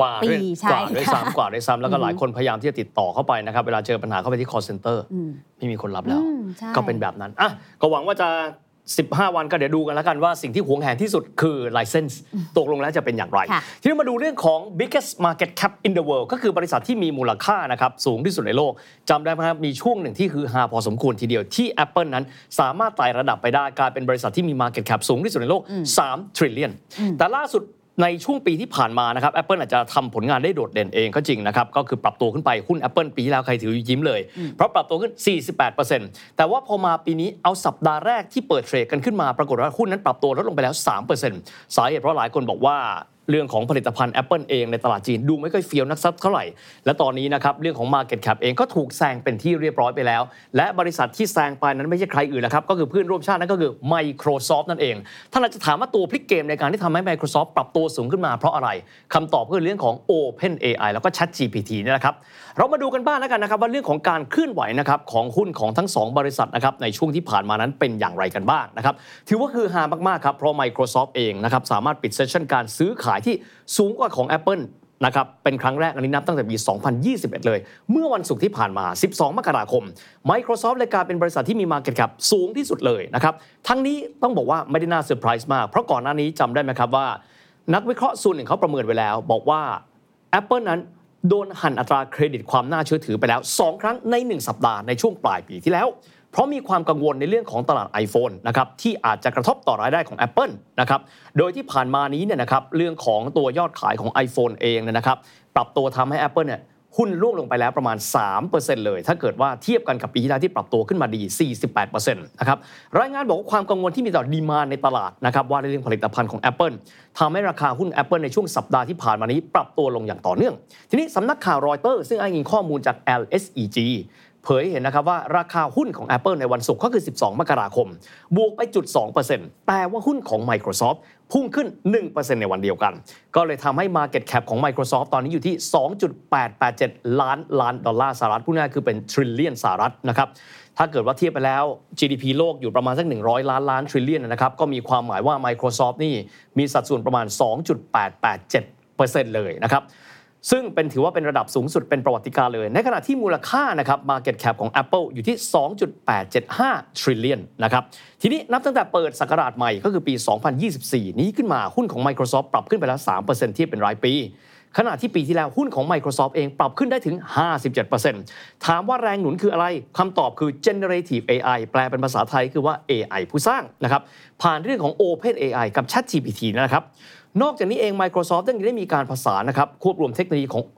ว่าปีใช่กว่าด้วยซ้ำกว่าด้วยซ้ำแล้วก็หลายคนพยายามที่จะติดต่อเข้าไปนะครับเวลาเจอปัญหาเข้าไปที่ call center ไม่มีคนรับแล้วก็เป็นแบบนั้นอ่ะก็หวังว่าจะสิบห้าวันก็เดี๋ยวดูกันแล้วกันว่าสิ่งที่หวงแหนที่สุดคือ license ตกลงแล้วจะเป็นอย่างไรทีนี้มาดูเรื่องของ biggest market cap in the world ก็คือบริษัทที่มีมูลค่านะครับสูงที่สุดในโลกจำได้ไหมครับมีช่วงหนึ่งที่คือฮาพอสมควรทีเดียวที่ Apple นั้นสามารถไต่ระดับไปได้กลายเป็นบริษัทที่มี market cap สูงที่สุดในโลกสาม trillion แต่ล่าสุดในช่วงปีที่ผ่านมานะครับ Apple อาจจะทำผลงานได้โดดเด่นเองก็จริงนะครับก็คือปรับตัวขึ้นไปหุ้น Apple ปีที่แล้วใครถือยิ้มเลยเพราะปรับตัวขึ้น สี่สิบแปดเปอร์เซ็นต์ แต่ว่าพอมาปีนี้เอาสัปดาห์แรกที่เปิดเทรดกันขึ้นมาปรากฏว่าหุ้นนั้นปรับตัวลดลงไปแล้ว สามเปอร์เซ็นต์ สาเหตุเพราะหลายคนบอกว่าเรื่องของผลิตภัณฑ์ Apple เองในตลาดจีนดูไม่ค่อยเฟี้ยวนักสักเท่าไหร่และตอนนี้นะครับเรื่องของ Market Cap เองก็ถูกแซงเป็นที่เรียบร้อยไปแล้วและบริษัทที่แซงไปนั้นไม่ใช่ใครอื่นนะครับก็คือเพื่อนร่วมชาตินั่นก็คือ Microsoft นั่นเองท่านอาจจะถามว่าตัวพลิกเกมในการที่ทำให้ Microsoft ปรับตัวสูงขึ้นมาเพราะอะไรคำตอบคือเรื่องของ OpenAI แล้วก็ ChatGPT นี่แหละครับเรามาดูกันบ้างแล้วกันนะครับว่าเรื่องของการเคลื่อนไหวนะครับของหุ้นของทั้งสองบริษัทนะครับในช่วงที่ผ่านมานั้นเป็นอย่างไรกันบ้างนะครับถือว่าคือฮามากๆครับเพราะ Microsoft เองนะครับสามารถปิดเซสชั่นการซื้อขายที่สูงกว่าของ Apple นะครับเป็นครั้งแรกอันนี้นับตั้งแต่ปีสองพันยี่สิบเอ็ดเลยเมื่อวันศุกร์ที่ผ่านมาสิบสองมกราคม Microsoft เลยกลายเป็นบริษัทที่มี Market Cap สูงที่สุดเลยนะครับทั้งนี้ต้องบอกว่าไม่ได้น่าเซอร์ไพรส์มากเพราะก่อนหน้านี้จำได้ไหมครับว่านักวิเคราะห์ส่วนหนึ่งเขาประเมินไว้แล้วบอกว่า Apple นั้นโดนหั่นอัตราเครดิตความน่าเชื่อถือไปแล้วสองครั้งในหนึ่งสัปดาห์ในช่วงปลายปีที่แล้วเพราะมีความกังวลในเรื่องของตลาด iPhone นะครับที่อาจจะกระทบต่อรายได้ของ Apple นะครับโดยที่ผ่านมานี้เนี่ยนะครับเรื่องของตัวยอดขายของ iPhone เองเนี่ยนะครับปรับตัวทำให้ Apple เนี่ยหุ้นร่วงลงไปแล้วประมาณ สามเปอร์เซ็นต์ เลยถ้าเกิดว่าเทียบกันกับปีที่แล้วที่ปรับตัวขึ้นมาดี สี่สิบแปดเปอร์เซ็นต์ นะครับรายงานบอกว่าความกังวลที่มีต่อดีมานด์ในตลาดนะครับว่าในเรื่องผลิตภัณฑ์ของ Apple ทำให้ราคาหุ้น Apple ในช่วงสัปดาห์ที่ผ่านมานี้ปรับตัวลงอย่างต่อเนื่องทีนี้สำนักข่าวรอยเตอร์ซึ่งอ้างอิงข้อมูลจาก แอล เอส อี จี เผยเห็นนะครับว่าราคาหุ้นของ Apple ในวันศุกร์ก็คือสิบสองมกราคมบวกไป จุดสองเปอร์เซ็นต์ แต่ว่าหุ้นของ Microsoft พุ่งขึ้น หนึ่งเปอร์เซ็นต์ ในวันเดียวกันก็เลยทำให้ Market Cap ของ Microsoft ตอนนี้อยู่ที่ สองจุดแปดแปดเจ็ด ล้านล้านดอลลาร์สหรัฐพูดง่ายๆคือเป็น trillion สหรัฐนะครับถ้าเกิดว่าเทียบไปแล้ว จี ดี พี โลกอยู่ประมาณสักหนึ่งร้อยล้านล้าน trillion นะครับก็มีความหมายว่า Microsoft นี่มีสัดส่วนประมาณ สองจุดแปดแปดเจ็ดเปอร์เซ็นต์ เลยนะครับซึ่งเป็นถือว่าเป็นระดับสูงสุดเป็นประวัติการเลยในขณะที่มูลค่านะครับ Market Cap ของ Apple อยู่ที่ สองจุดแปดเจ็ดห้า trillion นะครับทีนี้นับตั้งแต่เปิดศักราชใหม่ก็คือปีสองพันยี่สิบสี่นี้ขึ้นมาหุ้นของ Microsoft ปรับขึ้นไปแล้ว สามเปอร์เซ็นต์ เทียบเป็นรายปีขณะที่ปีที่แล้วหุ้นของ Microsoft เองปรับขึ้นได้ถึง ห้าสิบเจ็ดเปอร์เซ็นต์ ถามว่าแรงหนุนคืออะไรคำตอบคือ generative เอ ไอ แปลเป็นภาษาไทยคือว่า เอ ไอ ผู้สร้างนะครับผ่านเรื่องของ OpenAI กับ ChatGPT นะครับนอกจากนี้เอง Microsoft ยังได้มีการผสานนะครับควบรวมเทคโนโลยีของ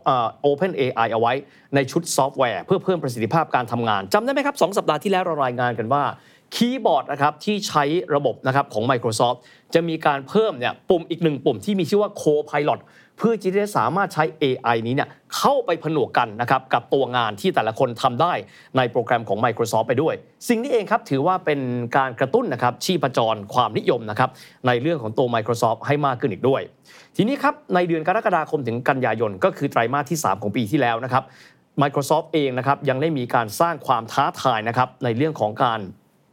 OpenAI เอาไว้ในชุดซอฟต์แวร์เพื่อเพิ่มประสิทธิภาพการทำงานจำได้ไหมครับสองสัปดาห์ที่แล้วเรารายงานกันว่าคีย์บอร์ดนะครับที่ใช้ระบบนะครับของ Microsoft จะมีการเพิ่มเนี่ยปุ่มอีกหนึ่งปุ่มที่มีชื่อว่า Copilot เพื่อที่จะสามารถใช้ เอ ไอ นี้เนี่ยเข้าไปผนวกกันนะครับกับตัวงานที่แต่ละคนทำได้ในโปรแกรมของ Microsoft ไปด้วยสิ่งนี้เองครับถือว่าเป็นการกระตุ้นนะครับชีพจรความนิยมนะครับในเรื่องของตัว Microsoft ให้มากขึ้นอีกด้วยทีนี้ครับในเดือนกรกฎาคมถึงกันยายนก็คือไตรมาสที่สามของปีที่แล้วนะครับ Microsoft เองนะครับยังได้มีการสร้างความท้าทายนะครับในเรื่องของการ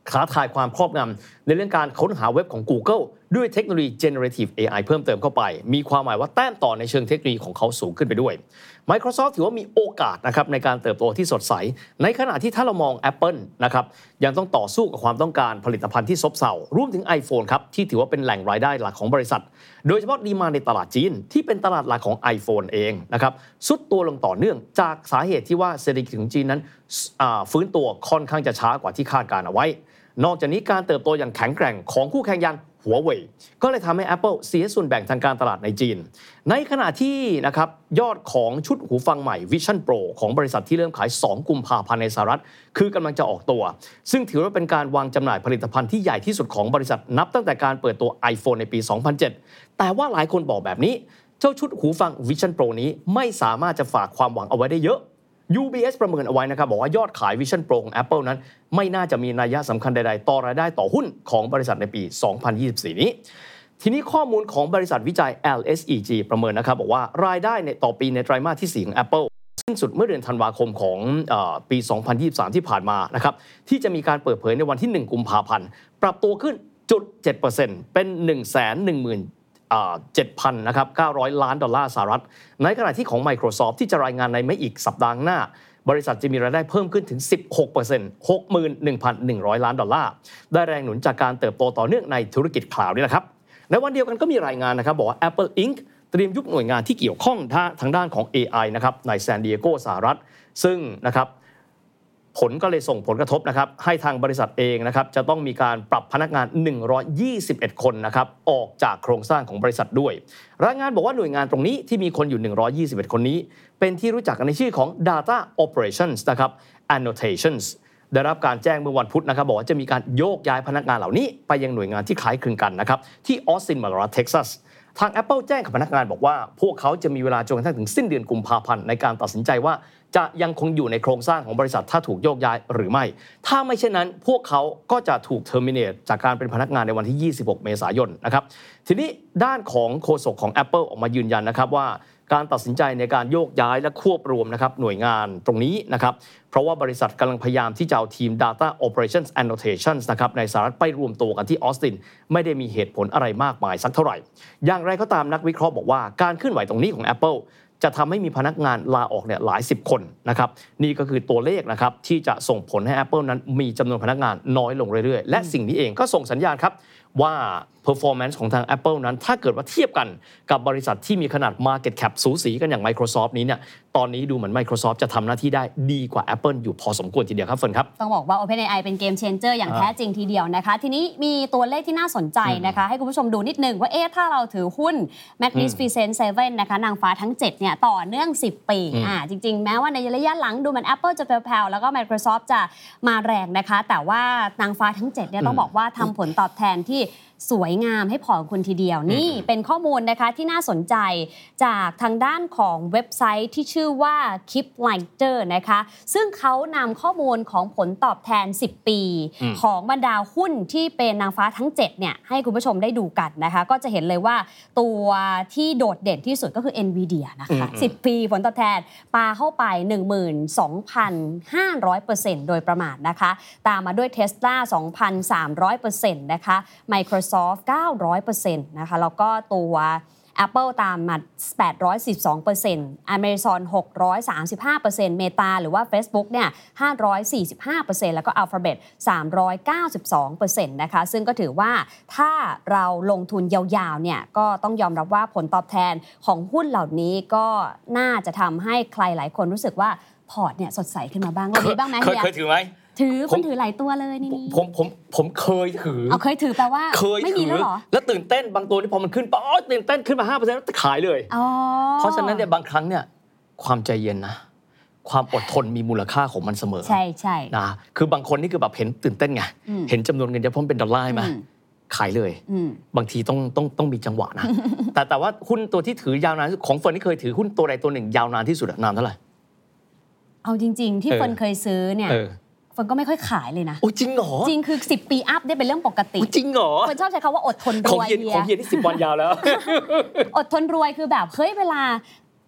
ท้าทายความครอบงำในเรื่องการค้นหาเว็บของ Google ด้วยเทคโนโลยี Generative เอ ไอ เพิ่มเติมเข้าไปมีความหมายว่าแต้มต่อในเชิงเทคโนโลยีของเขาสูงขึ้นไปด้วย Microsoft ถือว่ามีโอกาสนะครับในการเติบโตที่สดใสในขณะที่ถ้าเรามอง Apple นะครับยังต้องต่อสู้กับความต้องการผลิตภัณฑ์ที่ซบเซารวมถึง iPhone ครับที่ถือว่าเป็นแหล่งรายได้หลักของบริษัทโดยเฉพาะดีมานด์ในตลาดจีนที่เป็นตลาดหลักของ iPhone เองนะครับซุดตัวลงต่อเนื่องจากสาเหตุที่ว่าเศรษฐกิจของจีนนั้นฟื้นตัวค่อนข้างจะช้ากว่าที่คาดการเอาไว้นอกจากนี้การเติบโตอย่างแข็งแกร่งของคู่แข่งอย่างหัวเว่ยก็เลยทำให้ Apple เสียส่วนแบ่งทางการตลาดในจีนในขณะที่นะครับยอดของชุดหูฟังใหม่ Vision Pro ของบริษัทที่เริ่มขายสองกุมภาพันธ์ในสหรัฐคือกำลังจะออกตัวซึ่งถือว่าเป็นการวางจำหน่ายผลิตภัณฑ์ที่ใหญ่ที่สุดของบริษัทนับตั้งแต่การเปิดตัว iPhone ในปี สองพันเจ็ด แต่ว่าหลายคนบอกแบบนี้เจ้าชุดหูฟัง Vision Pro นี้ไม่สามารถจะฝากความหวังเอาไว้ได้เยอะยู บี เอส ประเมินเอาไว้นะครับบอกว่ายอดขาย Vision Pro ของ Apple นั้นไม่น่าจะมีนัยสำคัญใดๆต่อรายได้ต่อหุ้นของบริษัทในปี สองพันยี่สิบสี่ นี้ทีนี้ข้อมูลของบริษัทวิจัย แอล เอส อี จี ประเมินนะครับบอกว่ารายได้ในต่อปีในไตรมาสที่สี่ของ Apple สิ้นสุดเมื่อเดือนธันวาคมของเอ่อปี สองพันยี่สิบสาม ที่ผ่านมานะครับที่จะมีการเปิดเผยในวันที่หนึ่งกุมภาพันธ์ปรับตัวขึ้น จุดเจ็ดเปอร์เซ็นต์ เป็น หนึ่งแสนหนึ่งหมื่นเจ็ดพัน นะครับเก้าร้อยล้านดอลลาร์สหรัฐในขณะที่ของ Microsoft ที่จะรายงานในไม่อีกสัปดาห์หน้าบริษัทจะมีรายได้เพิ่มขึ้นถึง สิบหกเปอร์เซ็นต์ หกหมื่นหนึ่งพันหนึ่งร้อย ล้านดอลลาร์ได้แรงหนุนจากการเติบโตต่อเนื่องในธุรกิจคลาวด์นี่แหละครับในวันเดียวกันก็มีรายงานนะครับบอกว่า Apple อิงค์ เตรียมยุบหน่วยงานที่เกี่ยวข้องทางด้านของ เอ ไอ นะครับในซานดิเอโกสหรัฐซึ่งนะครับผลก็เลยส่งผลกระทบนะครับให้ทางบริษัทเองนะครับจะต้องมีการปรับพนักงานหนึ่งร้อยยี่สิบเอ็ดคนนะครับออกจากโครงสร้างของบริษัทด้วยรายงานบอกว่าหน่วยงานตรงนี้ที่มีคนอยู่หนึ่งร้อยยี่สิบเอ็ดคนนี้เป็นที่รู้จักกันในชื่อของ Data Operations นะครับ Annotations ได้รับการแจ้งเมื่อวันพุธนะครับบอกว่าจะมีการโยกย้ายพนักงานเหล่านี้ไปยังหน่วยงานที่คล้ายคลึงกันนะครับที่ออสตินมารัฐเท็กซัสทาง Apple แจ้งกับพนักงานบอกว่าพวกเขาจะมีเวลาจนกระทั่งถึงสิ้นเดือนกุมภาพันธ์ในการตัดสินใจว่าจะยังคงอยู่ในโครงสร้างของบริษัทถ้าถูกโยกย้ายหรือไม่ถ้าไม่เช่นนั้นพวกเขาก็จะถูก terminate จากการเป็นพนักงานในวันที่ยี่สิบหกเมษายนนะครับทีนี้ด้านของโฆษกของ Apple ออกมายืนยันนะครับว่าการตัดสินใจในการโยกย้ายและควบรวมนะครับหน่วยงานตรงนี้นะครับเพราะว่าบริษัทกำลังพยายามที่จะเอาทีม Data Operations Annotations นะครับในสหรัฐไปรวมตัวกันที่ออสตินไม่ได้มีเหตุผลอะไรมากมายสักเท่าไหร่อย่างไรก็ตามนักวิเคราะห์บอกว่าการเคลื่อนไหวตรงนี้ของ Apple จะทำให้มีพนักงานลาออกเนี่ยหลายสิบคนนะครับนี่ก็คือตัวเลขนะครับที่จะส่งผลให้ Apple นั้นมีจำนวนพนักงานน้อยลงเรื่อยๆและสิ่งนี้เองก็ส่งสัญญาณครับว่า performance ของทาง Apple นั้นถ้าเกิดว่าเทียบกันกับบริษัทที่มีขนาด market cap สูสีกันอย่าง Microsoft นี้เนี่ยตอนนี้ดูเหมือน Microsoft จะทำหน้าที่ได้ดีกว่า Apple อยู่พอสมควรทีเดียวครับเฟิร์นครับต้องบอกว่า OpenAI เป็นเกมเชนเจอร์อย่างแท้จริงทีเดียวนะคะทีนี้มีตัวเลขที่น่าสนใจนะคะให้คุณผู้ชมดูนิดนึงว่าเอ๊ะถ้าเราถือหุ้น Magnificent เซเว่นนะคะนางฟ้าทั้งเจ็ดเนี่ยต่อเนื่องสิบปีอ่าจริงๆแม้ว่าในระยะหลังดูเหมือน Apple จะแผ่วๆแล้วก็ Microsoft จะมาแรงนะคะแต่ว่านางฟ้าทั้งเจ็ดเนี่ยต้องบอกว่าทำผลตอบแทนที่สวยงามให้พอคุณทีเดียวนี่เป็นข้อมูลนะคะที่น่าสนใจจากทางด้านของเว็บไซต์ที่ชื่อว่า Kiplighter นะคะซึ่งเขานำข้อมูลของผลตอบแทนสิบปีของบรรดาหุ้นที่เป็นนางฟ้าทั้งเจ็ดเนี่ยให้คุณผู้ชมได้ดูกันนะคะก็จะเห็นเลยว่าตัวที่โดดเด่นที่สุดก็คือ Nvidia นะคะสิบปีผลตอบแทนปาเข้าไป หนึ่งหมื่นสองพันห้าร้อยเปอร์เซ็นต์ โดยประมาณนะคะตามมาด้วย Tesla สองพันสามร้อยเปอร์เซ็นต์ นะคะ Microsoftเก้าร้อยเปอร์เซ็นต์ นะคะแล้วก็ตัว Apple ตามมาแปดร้อยสี่สิบสองเปอร์เซ็นต์ Amazon หกร้อยสามสิบห้าเปอร์เซ็นต์ Meta หรือว่า Facebook เนี่ยห้าร้อยสี่สิบห้าเปอร์เซ็นต์ แล้วก็ Alphabet สามร้อยเก้าสิบสองเปอร์เซ็นต์ นะคะซึ่งก็ถือว่าถ้าเราลงทุนยาวๆเนี่ยก็ต้องยอมรับว่าผลตอบแทนของหุ้นเหล่านี้ก็น่าจะทำให้ใครหลายคนรู้สึกว่าพอร์ตเนี่ยสดใสขึ้นมาบ้างเรามีบ้างไหมเฮียเคยถือไหมถือคุณถือหลายตัวเลยนี่ผมผมผมเคยถือเอาเคยถือแปลว่าไม่มีแล้วเหรอแล้วตื่นเต้นบางตัวนี่พอมันขึ้นปั๊บอ๋อตื่นเต้นขึ้นมา ห้าเปอร์เซ็นต์ แล้วขายเลยเพราะฉะนั้นเนี่ยบางครั้งเนี่ยความใจเย็นนะความอดทนมีมูลค่าของมันเสมอใช่ใช่นะคือบางคนนี่คือแบบเห็นตื่นเต้นไงเห็นจำนวนเงินเยอะเพราะเป็นดอลลาร์ไหมขายเลยบางทีต้องต้องต้องมีจังหวะนะแต่แต่ว่าหุ้นตัวที่ถือยาวนานของเฟิร์นที่เคยถือหุ้นตัวใดตัวหนึ่งยาวนานที่สุดนานเท่าไหร่เอาจริงๆที่เฟิร์นเคยซื้อเนี่ยเฟิร์นก็ไม่ค่อยขายเลยนะโอ้จริงเหรอจริงคือสิบปีอัพได้เป็นเรื่องปกติจริงเหรอเฟิร์นชอบใช้คำว่าอดทนรวยของเฮียของเฮียที่สิบวันยาวแล้วอดทนรวยคือแบบเฮ้ยเวลา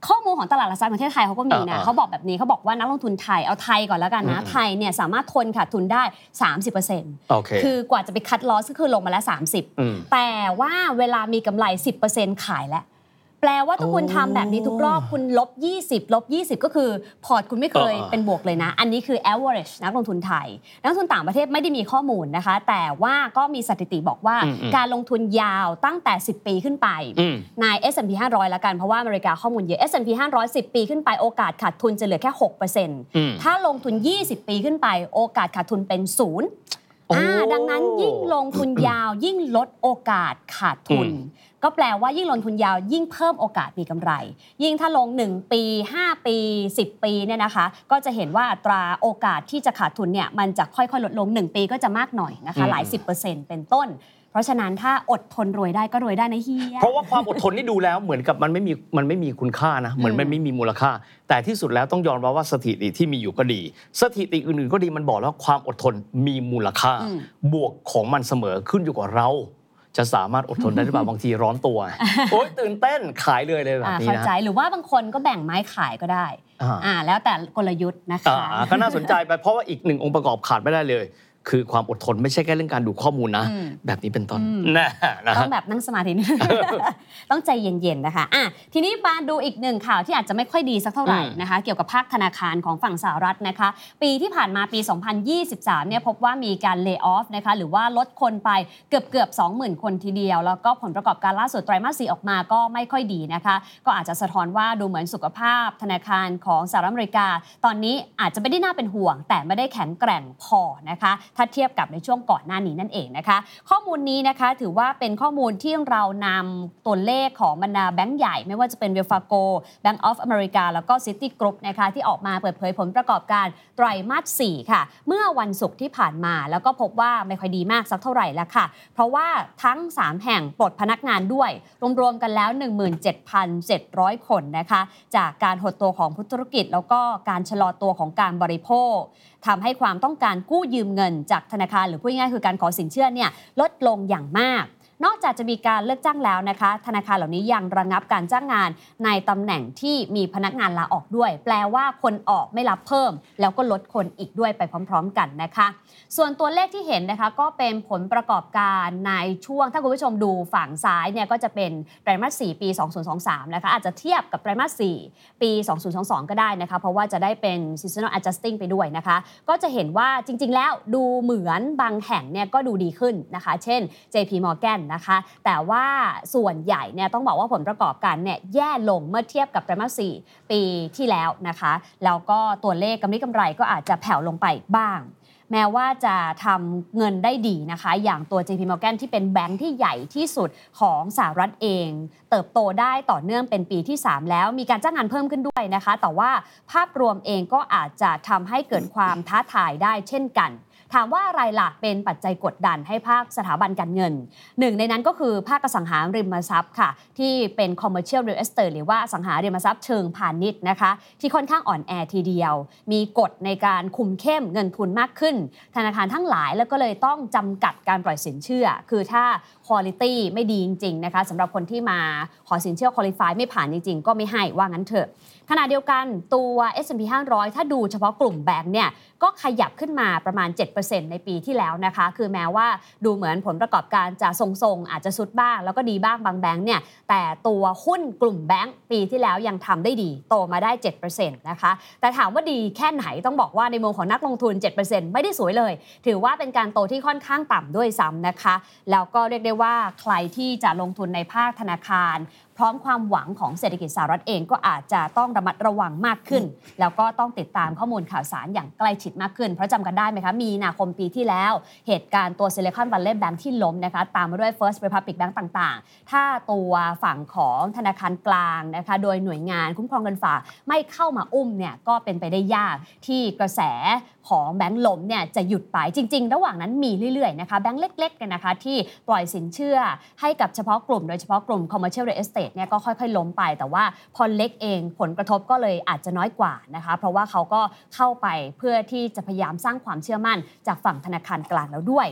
ข้อมูลของตลาดหลักทรัพย์ประเทศไทยเขาก็มีนะอ่าเขาบอกแบบนี้เขาบอกว่านักลงทุนไทยเอาไทยก่อนแล้วกันนะอืมไทยเนี่ยสามารถทนขาดทุนได้ สามสิบเปอร์เซ็นต์โอเคคือกว่าจะไปคัดลอสก็คือลงมาแล้ว สามสิบอืมแต่ว่าเวลามีกำไร สิบเปอร์เซ็นต์ ขายแล้ว แปลว่าถ้าคุณทำแบบนี้ทุกรอบคุณลบยี่สิบลบยี่สิบก็คือพอร์ตคุณไม่เคยเออเป็นบวกเลยนะอันนี้คือ average นักลงทุนไทยนักลงทุนต่างประเทศไม่ได้มีข้อมูลนะคะแต่ว่าก็มีสถิติบอกว่าอืมๆการลงทุนยาวตั้งแต่สิบปีขึ้นไปอืมใน เอส แอนด์ พี ห้าร้อยละกันเพราะว่าอเมริกาข้อมูลเยอะ เอส แอนด์ พี ห้าร้อย สิบปีขึ้นไปโอกาสขาดทุนจะเหลือแค่ หกเปอร์เซ็นต์อืมถ้าลงทุนยี่สิบปีขึ้นไปโอกาสขาดทุนเป็นศูนย์โอ้อ่าดังนั้นยิ่งลงทุนยาวยิ่งลดโอกาสขาดทุนอืมก็แปลว่ายิ่งลงทุนยาวยิ่งเพิ่มโอกาสมีกำไร ยิ่งถ้าลงหนึ่งปีห้าปีสิบปีเนี่ยนะคะก็จะเห็นว่าอัตราโอกาสที่จะขาดทุนเนี่ยมันจะค่อยๆลดลงหนึ่งปีก็จะมากหน่อยนะคะหลายสิบเปอร์เซ็นต์เป็นต้น เพราะฉะนั้นถ้าอดทนรวยได้ก็รวยได้นะเฮียเพราะว่าความอดทนนี่ดูแล้วเหมือนกับมันไม่มีมันไม่มีคุณค่านะเหมือนมันไม่มีมูลค่า แต่ที่สุดแล้วต้องยอมรับว่าสถิติที่มีอยู่ก็ดี สถิติอื่นๆก็ดีมันบอกแล้วว่าความอดทนมีมูลค่าอืมบวกของมันเสมอขึ้นอยู่กับเรา จะสามารถอดทนได้หรือเปล่า บางทีร้อนตัว โอ๊ยตื่นเต้นขายเลยเลยแบบอ่านี้เข้านะใจหรือว่าบางคนก็แบ่งไม้ขายก็ได้อ่าอ่าแล้วแต่กลยุทธ์นะคะอ่าก็น่าสนใจไปเพราะว่าอีกหนึ่งองค์ประกอบขาดไม่ได้เลย คือความอดทนไม่ใช่แค่เรื่องการดูข้อมูลนะอืมแบบนี้เป็นต้นอืมนะนะต้องแบบนั่งสมาธินิดนึง ต้องใจเย็นๆนะคะอ่ะทีนี้มาดูอีกหนึ่งข่าวที่อาจจะไม่ค่อยดีสักเท่าไหร่อืมนะคะเกี่ยวกับภาคธนาคารของฝั่งสหรัฐนะคะปีที่ผ่านมาปี สองพันยี่สิบสามเนี่ยพบว่ามีการ lay off นะคะหรือว่าลดคนไปเกือบเกือบๆ สองหมื่น คนทีเดียว แล้วก็ผลประกอบการล่าสุดไตรมาสสี่ออกมาก็ไม่ค่อยดีนะคะก็อาจจะสะท้อนว่าดูเหมือนสุขภาพธนาคารของสหรัฐอเมริกา ตอนนี้อาจจะไม่ได้น่าเป็นห่วง แต่ไม่ได้แข็งแกร่งพอนะคะถ้าเทียบกับในช่วงก่อนหน้านี้นั่นเองนะคะข้อมูลนี้นะคะถือว่าเป็นข้อมูลที่เรานำตัวเลขของบรรดาแบงก์ใหญ่ไม่ว่าจะเป็น Wells Fargo Bank of America แล้วก็ Citigroup นะคะที่ออกมาเปิดเผยผลประกอบการไตรมาสสี่ค่ะเมื่อวันศุกร์ที่ผ่านมาแล้วก็พบว่าไม่ค่อยดีมากสักเท่าไหร่แล้วค่ะเพราะว่าทั้งสามแห่งปลดพนักงานด้วยรวมๆกันแล้ว หนึ่งหมื่นเจ็ดพันเจ็ดร้อย คนนะคะจากการหดตัวของธุรกิจแล้วก็การชะลอตัวของการบริโภคทำให้ความต้องการกู้ยืมเงินจากธนาคารหรือพูดง่ายๆคือการขอสินเชื่อเนี่ยลดลงอย่างมากนอกจากจะมีการเลิกจ้างแล้วนะคะธนาคารเหล่านี้ยังระงับการจ้างงานในตำแหน่งที่มีพนักงานลาออกด้วยแปลว่าคนออกไม่รับเพิ่มแล้วก็ลดคนอีกด้วยไปพร้อมๆกันนะคะส่วนตัวเลขที่เห็นนะคะก็เป็นผลประกอบการในช่วงถ้าคุณผู้ชมดูฝั่งซ้ายเนี่ยก็จะเป็นไตรมาสสี่ปีสองพันยี่สิบสามนะคะอาจจะเทียบกับไตรมาสสี่ปีสองพันยี่สิบสองก็ได้นะคะเพราะว่าจะได้เป็น seasonal adjusting ไปด้วยนะคะก็จะเห็นว่าจริงๆแล้วดูเหมือนบางแห่งเนี่ยก็ดูดีขึ้นนะคะเช่น เจ พี Morgan นะคะแต่ว่าส่วนใหญ่เนี่ยต้องบอกว่าผลประกอบการเนี่ยแย่ลงเมื่อเทียบกับไตรมาสสี่ปีที่แล้วนะคะแล้วก็ตัวเลขกำไรกำไรก็อาจจะแผ่วลงไปบ้างแม้ว่าจะทำเงินได้ดีนะคะอย่างตัว เจ พี Morgan ที่เป็นแบงค์ที่ใหญ่ที่สุดของสหรัฐเองเติบโตได้ต่อเนื่องเป็นปีที่สามแล้วมีการจ้างงานเพิ่มขึ้นด้วยนะคะแต่ว่าภาพรวมเองก็อาจจะทำให้เกิดความท้าทายได้เช่นกันถามว่าอะไรล่ะเป็นปัจจัยกดดันให้ภาคสถาบันการเงินหนึ่งในนั้นก็คือภาคอสังหาริมทรัพย์ค่ะที่เป็น commercial real estate หรือว่าอสังหาริมทรัพย์เชิงพาณิชย์นะคะที่ค่อนข้างอ่อนแอทีเดียวมีกฎในการคุมเข้มเงินทุนมากขึ้นธนาคารทั้งหลายแล้วก็เลยต้องจำกัดการปล่อยสินเชื่อคือถ้า quality ไม่ดีจริงๆนะคะสำหรับคนที่มาขอสินเชื่อ qualify ไม่ผ่านจริงๆก็ไม่ให้ว่างั้นเถอะขณะเดียวกันตัว เอส แอนด์ พี ห้าร้อยถ้าดูเฉพาะกลุ่มแบงก์เนี่ยก็ขยับขึ้นมาประมาณ เจ็ดเปอร์เซ็นต์ ในปีที่แล้วนะคะคือแม้ว่าดูเหมือนผลประกอบการจะทรงๆอาจจะซุดบ้างแล้วก็ดีบ้างบางแบงก์เนี่ยแต่ตัวหุ้นกลุ่มแบงก์ปีที่แล้วยังทำได้ดีโตมาได้ เจ็ดเปอร์เซ็นต์ นะคะแต่ถามว่าดีแค่ไหนต้องบอกว่าในมุมของนักลงทุน เจ็ดเปอร์เซ็นต์ ไม่ได้สวยเลยถือว่าเป็นการโตที่ค่อนข้างต่ำด้วยซ้ำนะคะแล้วก็เรียกได้ว่าใครที่จะลงทุนในภาคธนาคารพร้อมความหวังของเศรษฐกิจสหรัฐเองก็อาจจะต้องระมัดระวังมากขึ้นแล้วก็ต้องติดตามข้อมูลข่าวสารอย่างใกล้ชิดมากขึ้นเพราะจำกันได้ไหมคะมีนาคมปีที่แล้วเหตุการณ์ตัว Silicon Valley Bank ที่ล้มนะคะตามมาด้วย First Republic Bank ต่างๆถ้าตัวฝั่งของธนาคารกลางนะคะโดยหน่วยงานคุ้มครองเงินฝากไม่เข้ามาอุ้มเนี่ยก็เป็นไปได้ยากที่กระแสของแบงก์ล้มเนี่ยจะหยุดไปจริงๆระหว่างนั้นมีเรื่อยๆนะคะแบงก์เล็กๆกันนะคะที่ปล่อยสินเชื่อให้กับเฉพาะกลุ่มโดยเฉพาะกลุ่ม Commercial Real Estateเนี่ยก็ค่อยๆล้มไปแต่ว่าพอเล็กเองผลกระทบก็เลยอาจจะน้อยกว่านะคะเพราะว่าเขาก็เข้าไปเพื่อที่จะพยายามสร้างความเชื่อมั่นจากฝั่งธนาคารกลางแล้วด้วย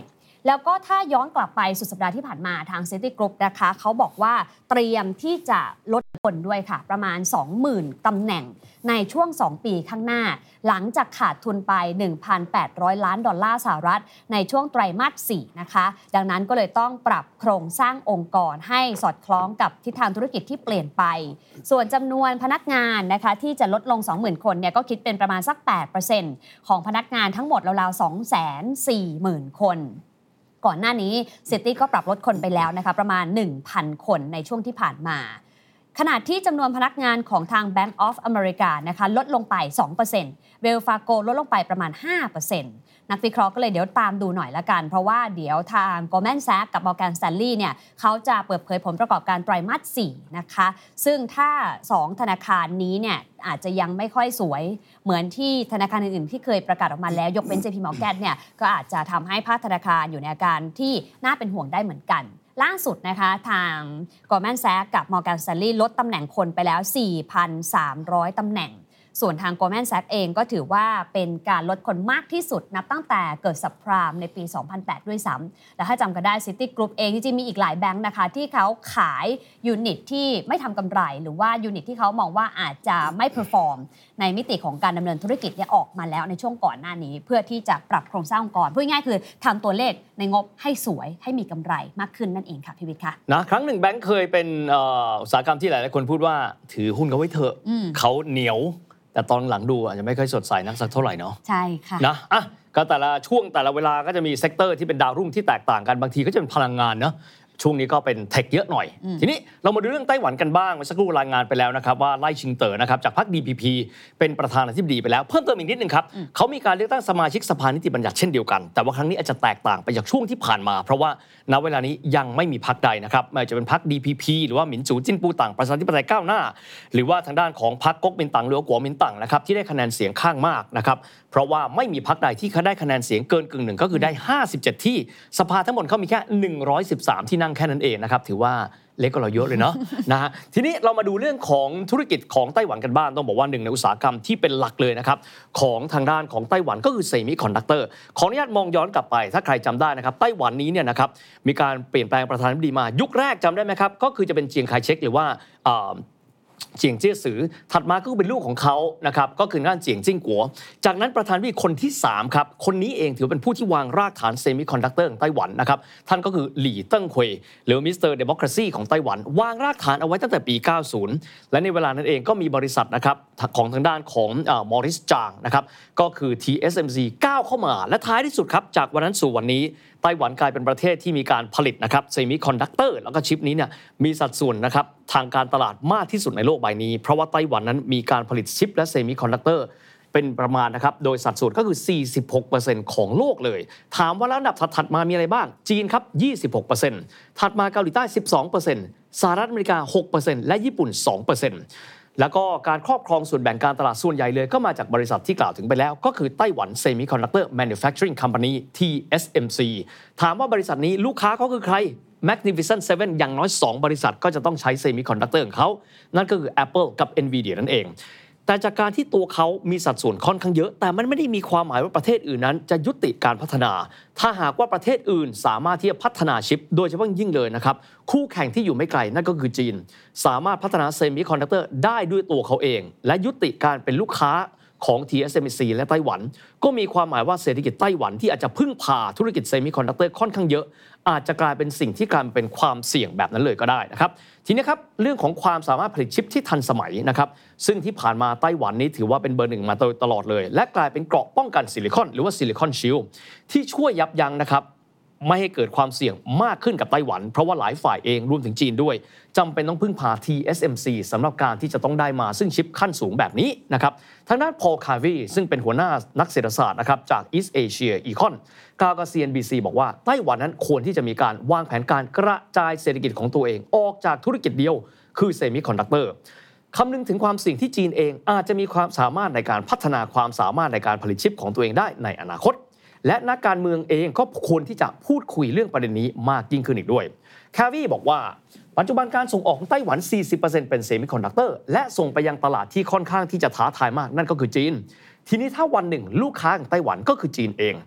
แล้วก็ถ้าย้อนกลับไปสุดสัปดาห์ที่ผ่านมาทาง City Group นะคะเขาบอกว่าเตรียมที่จะลดคนด้วยค่ะประมาณ สองหมื่น ตำแหน่งในช่วงสองปีข้างหน้าหลังจากขาดทุนไป หนึ่งพันแปดร้อย ล้านดอลลาร์สหรัฐในช่วงไตรมาสสี่นะคะดังนั้นก็เลยต้องปรับโครงสร้างองค์กรให้สอดคล้องกับทิศทางธุรกิจที่เปลี่ยนไปส่วนจำนวนพนักงานนะคะที่จะลดลง สองหมื่น คนเนี่ยก็คิดเป็นประมาณสัก แปดเปอร์เซ็นต์ ของพนักงานทั้งหมดราวๆ สองแสนสี่หมื่น คนก่อนหน้านี้ City ก็ปรับลดคนไปแล้วนะคะประมาณ หนึ่งพัน คนในช่วงที่ผ่านมาขณะที่จำนวนพนักงานของทาง Bank of America นะคะลดลงไป สองเปอร์เซ็นต์ Wells Fargo ลดลงไปประมาณ ห้าเปอร์เซ็นต์ นักวิเคราะห์ก็เลยเดี๋ยวตามดูหน่อยละกันเพราะว่าเดี๋ยวทาง Goldman Sachs กับ Morgan Stanley เนี่ยเขาจะเปิดเผยผลประกอบการไตรมาสสี่นะคะซึ่งถ้าสองธนาคารนี้เนี่ยอาจจะยังไม่ค่อยสวยเหมือนที่ธนาคารอื่นๆที่เคยประกาศออกมาแล้วยกเว้น เจ พี Morgan เนี่ยก็อาจจะทำให้ภาคธนาคารอยู่ในอาการที่น่าเป็นห่วงได้เหมือนกันล่าสุดนะคะทาง Goldman Sachs กับ Morgan Stanley ลดตำแหน่งคนไปแล้ว สี่พันสามร้อย ตำแหน่งส่วนทาง Goldman Sachs เองก็ถือว่าเป็นการลดคนมากที่สุดนับตั้งแต่เกิดซับไพรม์ในปี สองพันแปด ด้วยซ้ำและถ้าจำกันได้ City Group เองจริงๆมีอีกหลายแบงค์นะคะที่เขาขายยูนิตที่ไม่ทำกำไรหรือว่ายูนิตที่เขามองว่าอาจจะไม่เพอร์ฟอร์มในมิติของการดำเนินธุรกิจเนี่ยออกมาแล้วในช่วงก่อนหน้านี้เพื่อที่จะปรับโครงสร้างองค์กรพูดง่ายๆคือทำตัวเลขในงบให้สวยให้มีกำไรมากขึ้นนั่นเองค่ะพี่วิทย์ค่ะนะครั้งหนึ่งแบงค์เคยเป็นอุตสาหกรรมที่หลายๆคนพูดว่าถือหุ้นเขาไว้เถอะเขาเหนียวแต่ตอนหลังดูอาจจะไม่ค่อยสดใสนักสักเท่าไหร่เนาะใช่ค่ะนะอ่ะก็แต่ละช่วงแต่ละเวลาก็จะมีเซกเตอร์ที่เป็นดาวรุ่งที่แตกต่างกันบางทีก็จะเป็นพลังงานเนาะช่วงนี้ก็เป็นเทคเยอะหน่อยทีนี้เรามาดูเรื่องไต้หวันกันบ้างเมื่อสักครู่รายงานไปแล้วนะครับว่าไล่ชิงเต๋อนะครับจากพรรค ดี พี พี เป็นประธานาธิบดีไปแล้วเพิ่มเติมอีกนิดนึงครับเขามีการเลือกตั้งสมาชิกสภานิติบัญญัติเช่นเดียวกันแต่ว่าครั้งนี้อาจจะแตกต่างไปจากช่วงที่ผ่านมาเพราะว่าณเวลานี้ยังไม่มีพรรคใดนะครับไม่ว่าจะเป็นพรรค ดี พี พี หรือว่าหมินจูจิ้นปูต่างประชาธิปไตยก้าวหน้าหรือว่าทางด้านของพรรคก๊กมินตั๋งหรือกัวมินตั๋งนะครับที่ได้คะแนนเสียงข้างมากนะครับเพราะว่าไม่มีพรรคใดที่ได้คะแนนเสียงเกินกึ่งหนึ่งก็คือได้ห้าสิบเจ็ดที่สภาทั้งหมดเขามีแค่หนึ่งร้อยสิบสามที่นั่งแค่นั้นเองนะครับถือว่าเล็กกว่าเราเยอะเลยเนาะ นะฮะทีนี้เรามาดูเรื่องของธุรกิจของไต้หวันกันบ้างต้องบอกว่าหนึ่งในอุตสาหกรรมที่เป็นหลักเลยนะครับของทางด้านของไต้หวันก็คือเซมิคอนดักเตอร์ขออนุญาตมองย้อนกลับไปถ้าใครจำได้นะครับไต้หวันนี้เนี่ยนะครับมีการเปลี่ยนแปลงประธานาธิบดีมายุคแรกจำได้ไหมครับก็คือจะเป็นเจียงไคเชกหรือว่าเจียงเจี้ยซือถัดมาก็เป็นลูกของเขานะครับก็คือด้านเจียงจิ้งกัวจากนั้นประธานาธิบดีคนที่สามครับคนนี้เองถือเป็นผู้ที่วางรากฐานเซมิคอนดักเตอร์ของไต้หวันนะครับท่านก็คือหลี่เติ้งเฮ่ยหรือมิสเตอร์เดโมคราซีของไต้หวันวางรากฐานเอาไว้ตั้งแต่ปี เก้าสิบ และในเวลานั้นเองก็มีบริษัทนะครับของทางด้านของมอริสจางนะครับก็คือ ที เอส เอ็ม ซี ก้าวเข้ามาและท้ายที่สุดครับจากวันนั้นสู่วันนี้ไต้หวันกลายเป็นประเทศที่มีการผลิตนะครับเซมิคอนดักเตอร์แล้วก็ชิปนี้เนี่ยมีสัดส่วนนะครับทางการตลาดมากที่สุดในโลกใบนี้เพราะว่าไต้หวันนั้นมีการผลิตชิปและเซมิคอนดักเตอร์เป็นประมาณนะครับโดยสัดส่วนก็คือ สี่สิบหกเปอร์เซ็นต์ ของโลกเลยถามว่าแล้วอันดับถัดมามีอะไรบ้างจีนครับ ยี่สิบหกเปอร์เซ็นต์ ถัดมาเกาหลีใต้ สิบสองเปอร์เซ็นต์ สหรัฐอเมริกา หกเปอร์เซ็นต์ และญี่ปุ่น สองเปอร์เซ็นต์แล้วก็การครอบครองส่วนแบ่งการตลาดส่วนใหญ่เลยก็มาจากบริษัทที่กล่าวถึงไปแล้วก็คือไต้หวัน Semiconductor Manufacturing Company ที เอส เอ็ม ซี ถามว่าบริษัทนี้ลูกค้าเขาคือใคร Magnificent เซเว่น อย่างน้อยสองบริษัทก็จะต้องใช้ Semiconductor ของเขานั่นก็คือ Apple กับ Nvidia นั่นเองแต่จากการที่ตัวเขามีสัดส่วนค่อนข้างเยอะแต่มันไม่ได้มีความหมายว่าประเทศอื่นนั้นจะยุติการพัฒนาถ้าหากว่าประเทศอื่นสามารถที่จะพัฒนาชิปโดยเฉพาะยิ่งเลยนะครับคู่แข่งที่อยู่ไม่ไกลนั่นก็คือจีนสามารถพัฒนาเซมิคอนดักเตอร์ได้ด้วยตัวเขาเองและยุติการเป็นลูกค้าของ ที เอส เอ็ม ซี และไต้หวันก็มีความหมายว่าเศรษฐกิจไต้หวันที่อาจจะพึ่งพาธุรกิจเซมิคอนดักเตอร์ค่อนข้างเยอะอาจจะกลายเป็นสิ่งที่กลายเป็นความเสี่ยงแบบนั้นเลยก็ได้นะครับทีนี้ครับเรื่องของความสามารถผลิตชิปที่ทันสมัยนะครับซึ่งที่ผ่านมาไต้หวันนี้ถือว่าเป็นเบอร์หนึ่งมาตลอดเลยและกลายเป็นเกราะป้องกันซิลิคอนหรือว่าซิลิคอนชิลด์ที่ช่วยยับยั้งนะครับไม่ให้เกิดความเสี่ยงมากขึ้นกับไต้หวันเพราะว่าหลายฝ่ายเองรวมถึงจีนด้วยจำเป็นต้องพึ่งพา ที เอส เอ็ม ซี สำหรับการที่จะต้องได้มาซึ่งชิปขั้นสูงแบบนี้นะครับทางด้านพอลคาวีซึ่งเป็นหัวหน้านักเศรษฐศาสตร์นะครับจาก East Asia Econ กล่าวกับ ซี เอ็น บี ซี บอกว่าไต้หวันนั้นควรที่จะมีการวางแผนการกระจายเศรษฐกิจของตัวเองออกจากธุรกิจเดียวคือเซมิคอนดักเตอร์คำนึงถึงความเสี่ยงที่จีนเองอาจจะมีความสามารถในการพัฒนาความสามารถในการผลิตชิปของตัวเองได้ในอนาคตและนักการเมืองเองก็ควรที่จะพูดคุยเรื่องประเด็นนี้มากยิ่งขึ้นอีกด้วยแควีบอกว่าปัจจุบันการส่งออกของไต้หวัน สี่สิบเปอร์เซ็นต์ เป็นเซมิคอนดักเตอร์และส่งไปยังตลาดที่ค่อนข้างที่จะท้าทายมากนั่นก็คือจีนทีนี้ถ้าวันหนึ่งลูกค้าของไต้หวันก็คือจีนเอง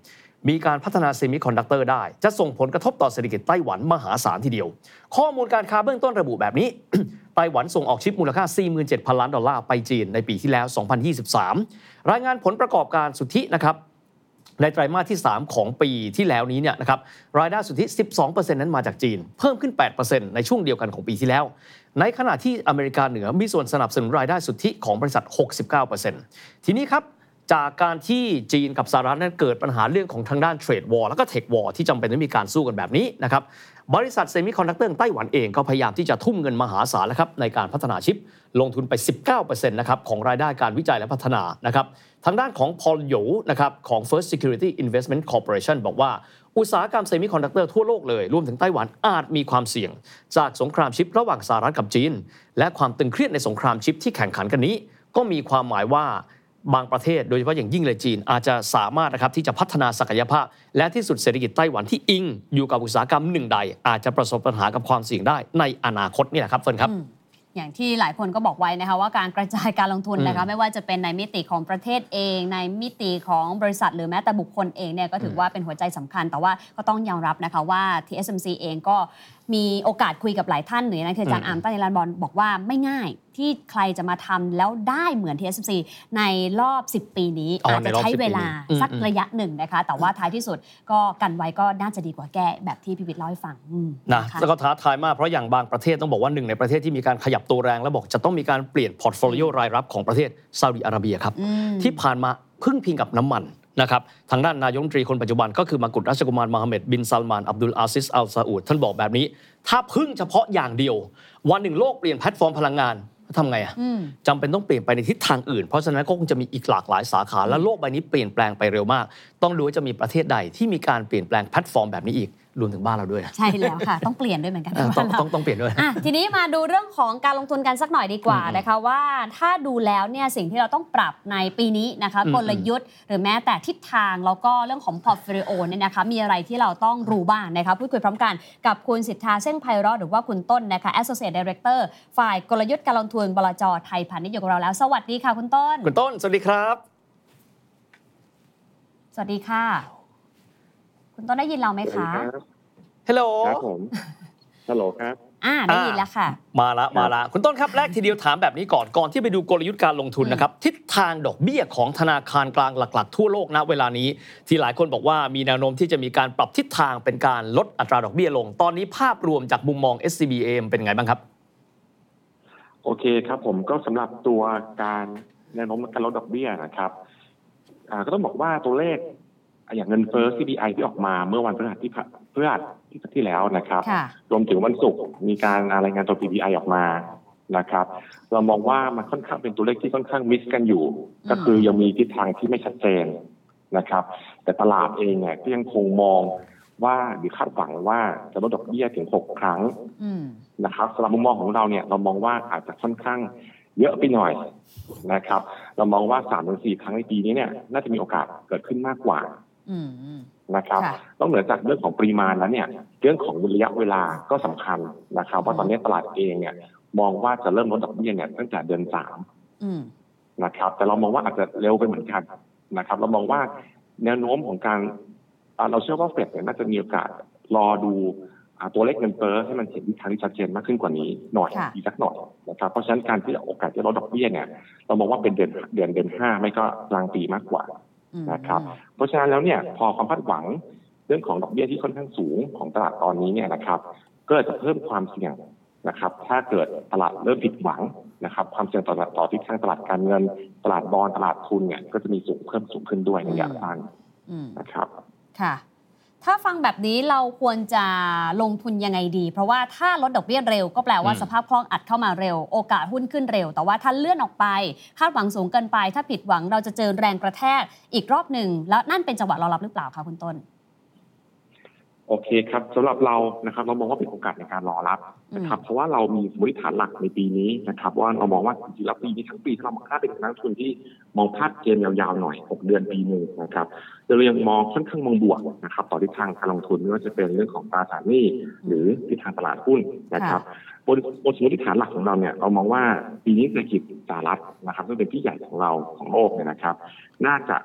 มีการพัฒนาเซมิคอนดักเตอร์ได้จะส่งผลกระทบต่อเศรษฐกิจไต้หวันมหาศาลทีเดียวข้อมูลการค้าเบื้องต้นระบุแบบนี้ ไต้หวันส่งออกชิปมูลค่า สี่หมื่นเจ็ดพัน ล้านดอลลาร์ไปจีนในปีที่แล้ว สองพันยี่สิบสาม รายงานผลประกอบการสุทธินะครับในไตรมาสที่สามของปีที่แล้วนี้เนี่ยนะครับรายได้สุทธิ สิบสองเปอร์เซ็นต์ นั้นมาจากจีนเพิ่มขึ้น แปดเปอร์เซ็นต์ ในช่วงเดียวกันของปีที่แล้วในขณะที่อเมริกาเหนือมีส่วนสนับสนุนรายได้สุทธิของบริษัท หกสิบเก้าเปอร์เซ็นต์ ทีนี้ครับจากการที่จีนกับสหรัฐนั้นเกิดปัญหาเรื่องของทางด้านเทรดวอร์แล้วก็เทควอร์ที่จำเป็นต้องมีการสู้กันแบบนี้นะครับบริษัทเซมิคอนดักเตอร์ไต้หวันเองก็พยายามที่จะทุ่มเงินมหาศาลแล้วครับในการพัฒนาชิปลงทุนไป สิบเก้าเปอร์เซ็นต์ นะครับของรายได้การวิจัยและพัฒนานะครับทางด้านของพอลโยนะครับของ First Security Investment Corporation บอกว่าอุตสาหกรรมเซมิคอนดักเตอร์ทั่วโลกเลยรวมถึงไต้หวันอาจมีความเสี่ยงจากสงครามชิประหว่างสหรัฐกับจีนและความตึงเครียดในสงครามชิปที่แข่งขันกันนี้ก็มีความหมายว่าบางประเทศโดยเฉพาะอย่างยิ่งเลยจีนอาจจะสามารถนะครับที่จะพัฒนาศักยภาพและที่สุดเศรษฐกิจไต้หวันที่อิงอยู่กับอุตสาหกรรมหนึ่งใดอาจจะประสบปัญหากับความเสี่ยงได้ในอนาคตนี่แหละครับเฟิร์นครับอย่างที่หลายคนก็บอกไว้นะคะว่าการกระจายการลงทุนนะคะไม่ว่าจะเป็นในมิติของประเทศเองในมิติของบริษัทหรือแม้แต่บุคคลเองเนี่ยก็ถือว่าเป็นหัวใจสำคัญแต่ว่าก็ต้องยอมรับนะคะว่า ที เอส เอ็ม ซี เองก็มีโอกาสคุยกับหลายท่านหรือนั่นคืออาจารย์อาร์ม ตันนิรันดร์บอลบอกว่าไม่ง่ายที่ใครจะมาทำแล้วได้เหมือน ที เอส เอ็ม ซี ในรอบสิบปีนี้อาจจะใช้เวลาสักระยะหนึ่งนะคะแต่ว่าท้ายที่สุดก็กันไว้ก็น่าจะดีกว่าแก้แบบที่พี่วิทย์เล่าให้ฟังนะแล้วก็ท้าทายมากเพราะอย่างบางประเทศต้องบอกว่าหนึ่งในประเทศที่มีการขยับตัวแรงแล้วบอกจะต้องมีการเปลี่ยนพอร์ตโฟลิโอรายรับของประเทศซาอุดิอาระเบียครับที่ผ่านมาพึ่งพิงกับน้ำมันนะครับทางด้านนายกรัฐมนตรีคนปัจจุบันก็คือมากุฎราชกุมารมหาเม็ดบินซัลมานอับดุลอาซิซอัลซาอุดท่านบอกแบบนี้ถ้าพึ่งเฉพาะอย่างเดียววันหนึ่งโลกเปลี่ยนแพลตฟอร์มพลังงานทำไงอ่ะจำเป็นต้องเปลี่ยนไปในทิศทางอื่นเพราะฉะนั้นก็คงจะมีอีกหลากหลายสาขาและโลกใบนี้เปลี่ยนแปลงไปเร็วมากต้องดูว่าจะมีประเทศใดที่มีการเปลี่ยนแปลงแพลตฟอร์มแบบนี้อีกรวมถึงบ้านเราด้วยใช่แล้วค่ะต้องเปลี่ยนด้วยเหมือนกันต้องต้องต้องเปลี่ยนด้วยทีนี้มาดูเรื่องของการลงทุนกันสักหน่อยดีกว่านะคะว่าถ้าดูแล้วเนี่ยสิ่งที่เราต้องปรับในปีนี้นะคะกลยุทธ์หรือแม้แต่ทิศทางแล้วก็เรื่องของพอร์ตโฟลิโอเนี่ยนะคะมีอะไรที่เราต้องรู้บ้างนะคะพูดคุยพร้อมกันกับคุณสิทธาเส้นไพเราะหรือว่าคุณต้นนะคะ Associate Director ฝ่ายกลยุทธ์การลงทุนบลจ.ไทยพาณิชย์อยู่กับเราแล้วสวัสดีค่ะคุณต้นคุณต้นสวัสดีครับสวัสดีค่ะคุณต้นได้ยินเราไหมคะฮัลโหลครับผมฮัลโหลครับอ่าได้ยินแล้วค่ะมาละมาละคุณต้นครับแรกทีเดียวถามแบบนี้ก่อนก่อนที่ไปดูกลยุทธ์การลงทุนนะครับทิศทางดอกเบี้ยของธนาคารกลางหลักๆทั่วโลกณเวลานี้ที่หลายคนบอกว่ามีแนวโน้มที่จะมีการปรับทิศทางเป็นการลดอัตราดอกเบี้ยลงตอนนี้ภาพรวมจากมุมมอง เอส ซี บี เอ เป็นไงบ้างครับโอเคครับผมก็สำหรับตัวการแนวโน้มการลดดอกเบี้ยนะครับอ่าก็ต้องบอกว่าตัวเลขอย่างเงินเฟ้อ ซี พี ไอ ที่ออกมาเมื่อวันพฤหัสที่พฤหัสที่ที่แล้วนะครับรวมถึงวันศุกร์มีการรายงานตัว พี พี ไอ ออกมานะครับเรามองว่ามันค่อนข้างเป็นตัวเลขที่ค่อนข้างมิกซ์กันอยู่ก็คือยังมีทิศทางที่ไม่ชัดเจนนะครับแต่ตลาดเองเนี่ยก็ยังคงมองว่าหรือคาดหวังว่าจะลดดอกเบี้ยถึงหกครั้งนะครับสำหรับมุมมองของเราเนี่ยเรามองว่าอาจจะค่อนข้างเยอะไปหน่อยนะครับเรามองว่า สามถึงสี่ ครั้งในปีนี้เนี่ยน่าจะมีโอกาสเกิดขึ้นมากกว่านะครับต้องเหนือจากเรื่องของปริมาณแล้วเนี่ยเรื่องของระยะเวลาก็สำคัญนะครับว่าตอนนี้ตลาดเองเนี่ยมองว่าจะเริ่มลดดอกเบี้ยเนี่ยตั้งแต่เดือนสามนะครับแต่เรามองว่าอาจจะเร็วไปเหมือนกันนะครับเรามองว่าแนวโน้มของการเราเชื่อว่าเฟดเนี่ยน่าจะมีโอกาสรอดูตัวเลขเงินเฟ้อให้มันเห็นทิศทางที่ชัดเจนมากขึ้นกว่านี้หน่อยอีกสักหน่อยนะครับเพราะฉะนั้นการที่โอกาสจะลดดอกเบี้ยเนี่ยเรามองว่าเป็นเดือนเดือนเดือนห้าไม่ก็กลางปีมากกว่านะครับเพราะฉะนั้นแล้วเนี่ยพอความคาดหวังเรื่องของดอกเบี้ยที่ค่อนข้างสูงของตลาดตอนนี้เนี่ยนะครับก็จะเพิ่มความเสี่ยงนะครับถ้าเกิดตลาดเริ่มผิดหวังนะครับความเสี่ยงต่อต่อทิศทางตลาดการเงินตลาดบอนด์ตลาดทุนเนี่ยก็จะมีสูงเพิ่มสูงขึ้นด้วยในระยะสั้นนะครับค่ะถ้าฟังแบบนี้เราควรจะลงทุนยังไงดีเพราะว่าถ้าลดดอกเบี้ยเร็วก็แปลว่าสภาพคล่องอัดเข้ามาเร็วโอกาสหุ้นขึ้นเร็วแต่ว่าถ้าเลื่อนออกไปคาดหวังสูงเกินไปถ้าผิดหวังเราจะเจอแรงกระแทกอีกรอบหนึ่งแล้วนั่นเป็นจังหวะรอรับหรือเปล่าคะคุณต้นโอเคครับสำหรับเรานะครับเรามองว่าเป็นโอกาสในการรอรับนะครับเพราะว่าเรามีสมมติฐานหลักในปีนี้นะครับว่าเรามองว่าจริงๆแล้วปีนี้ทั้งปีถ้าเรามองค่าเป็นนักลงทุนที่มองภาพเกมยาวๆหน่อยหกเดือนปีนึงนะครับเรายังมองค่อนข้างมองบวกนะครับต่อทิศทางการลงทุนไม่ว่าจะเป็นเรื่องของตราสารหนี้หรือทิศทางตลาดหุ้นนะครับบนบนสมมติฐานหลักของเราเนี่ยเรามองว่าปีนี้เศรษฐกิจสหรัฐนะครับซึ่งเป็นที่ใหญ่ของเราของโลกเนี่ยนะครับน่าจะช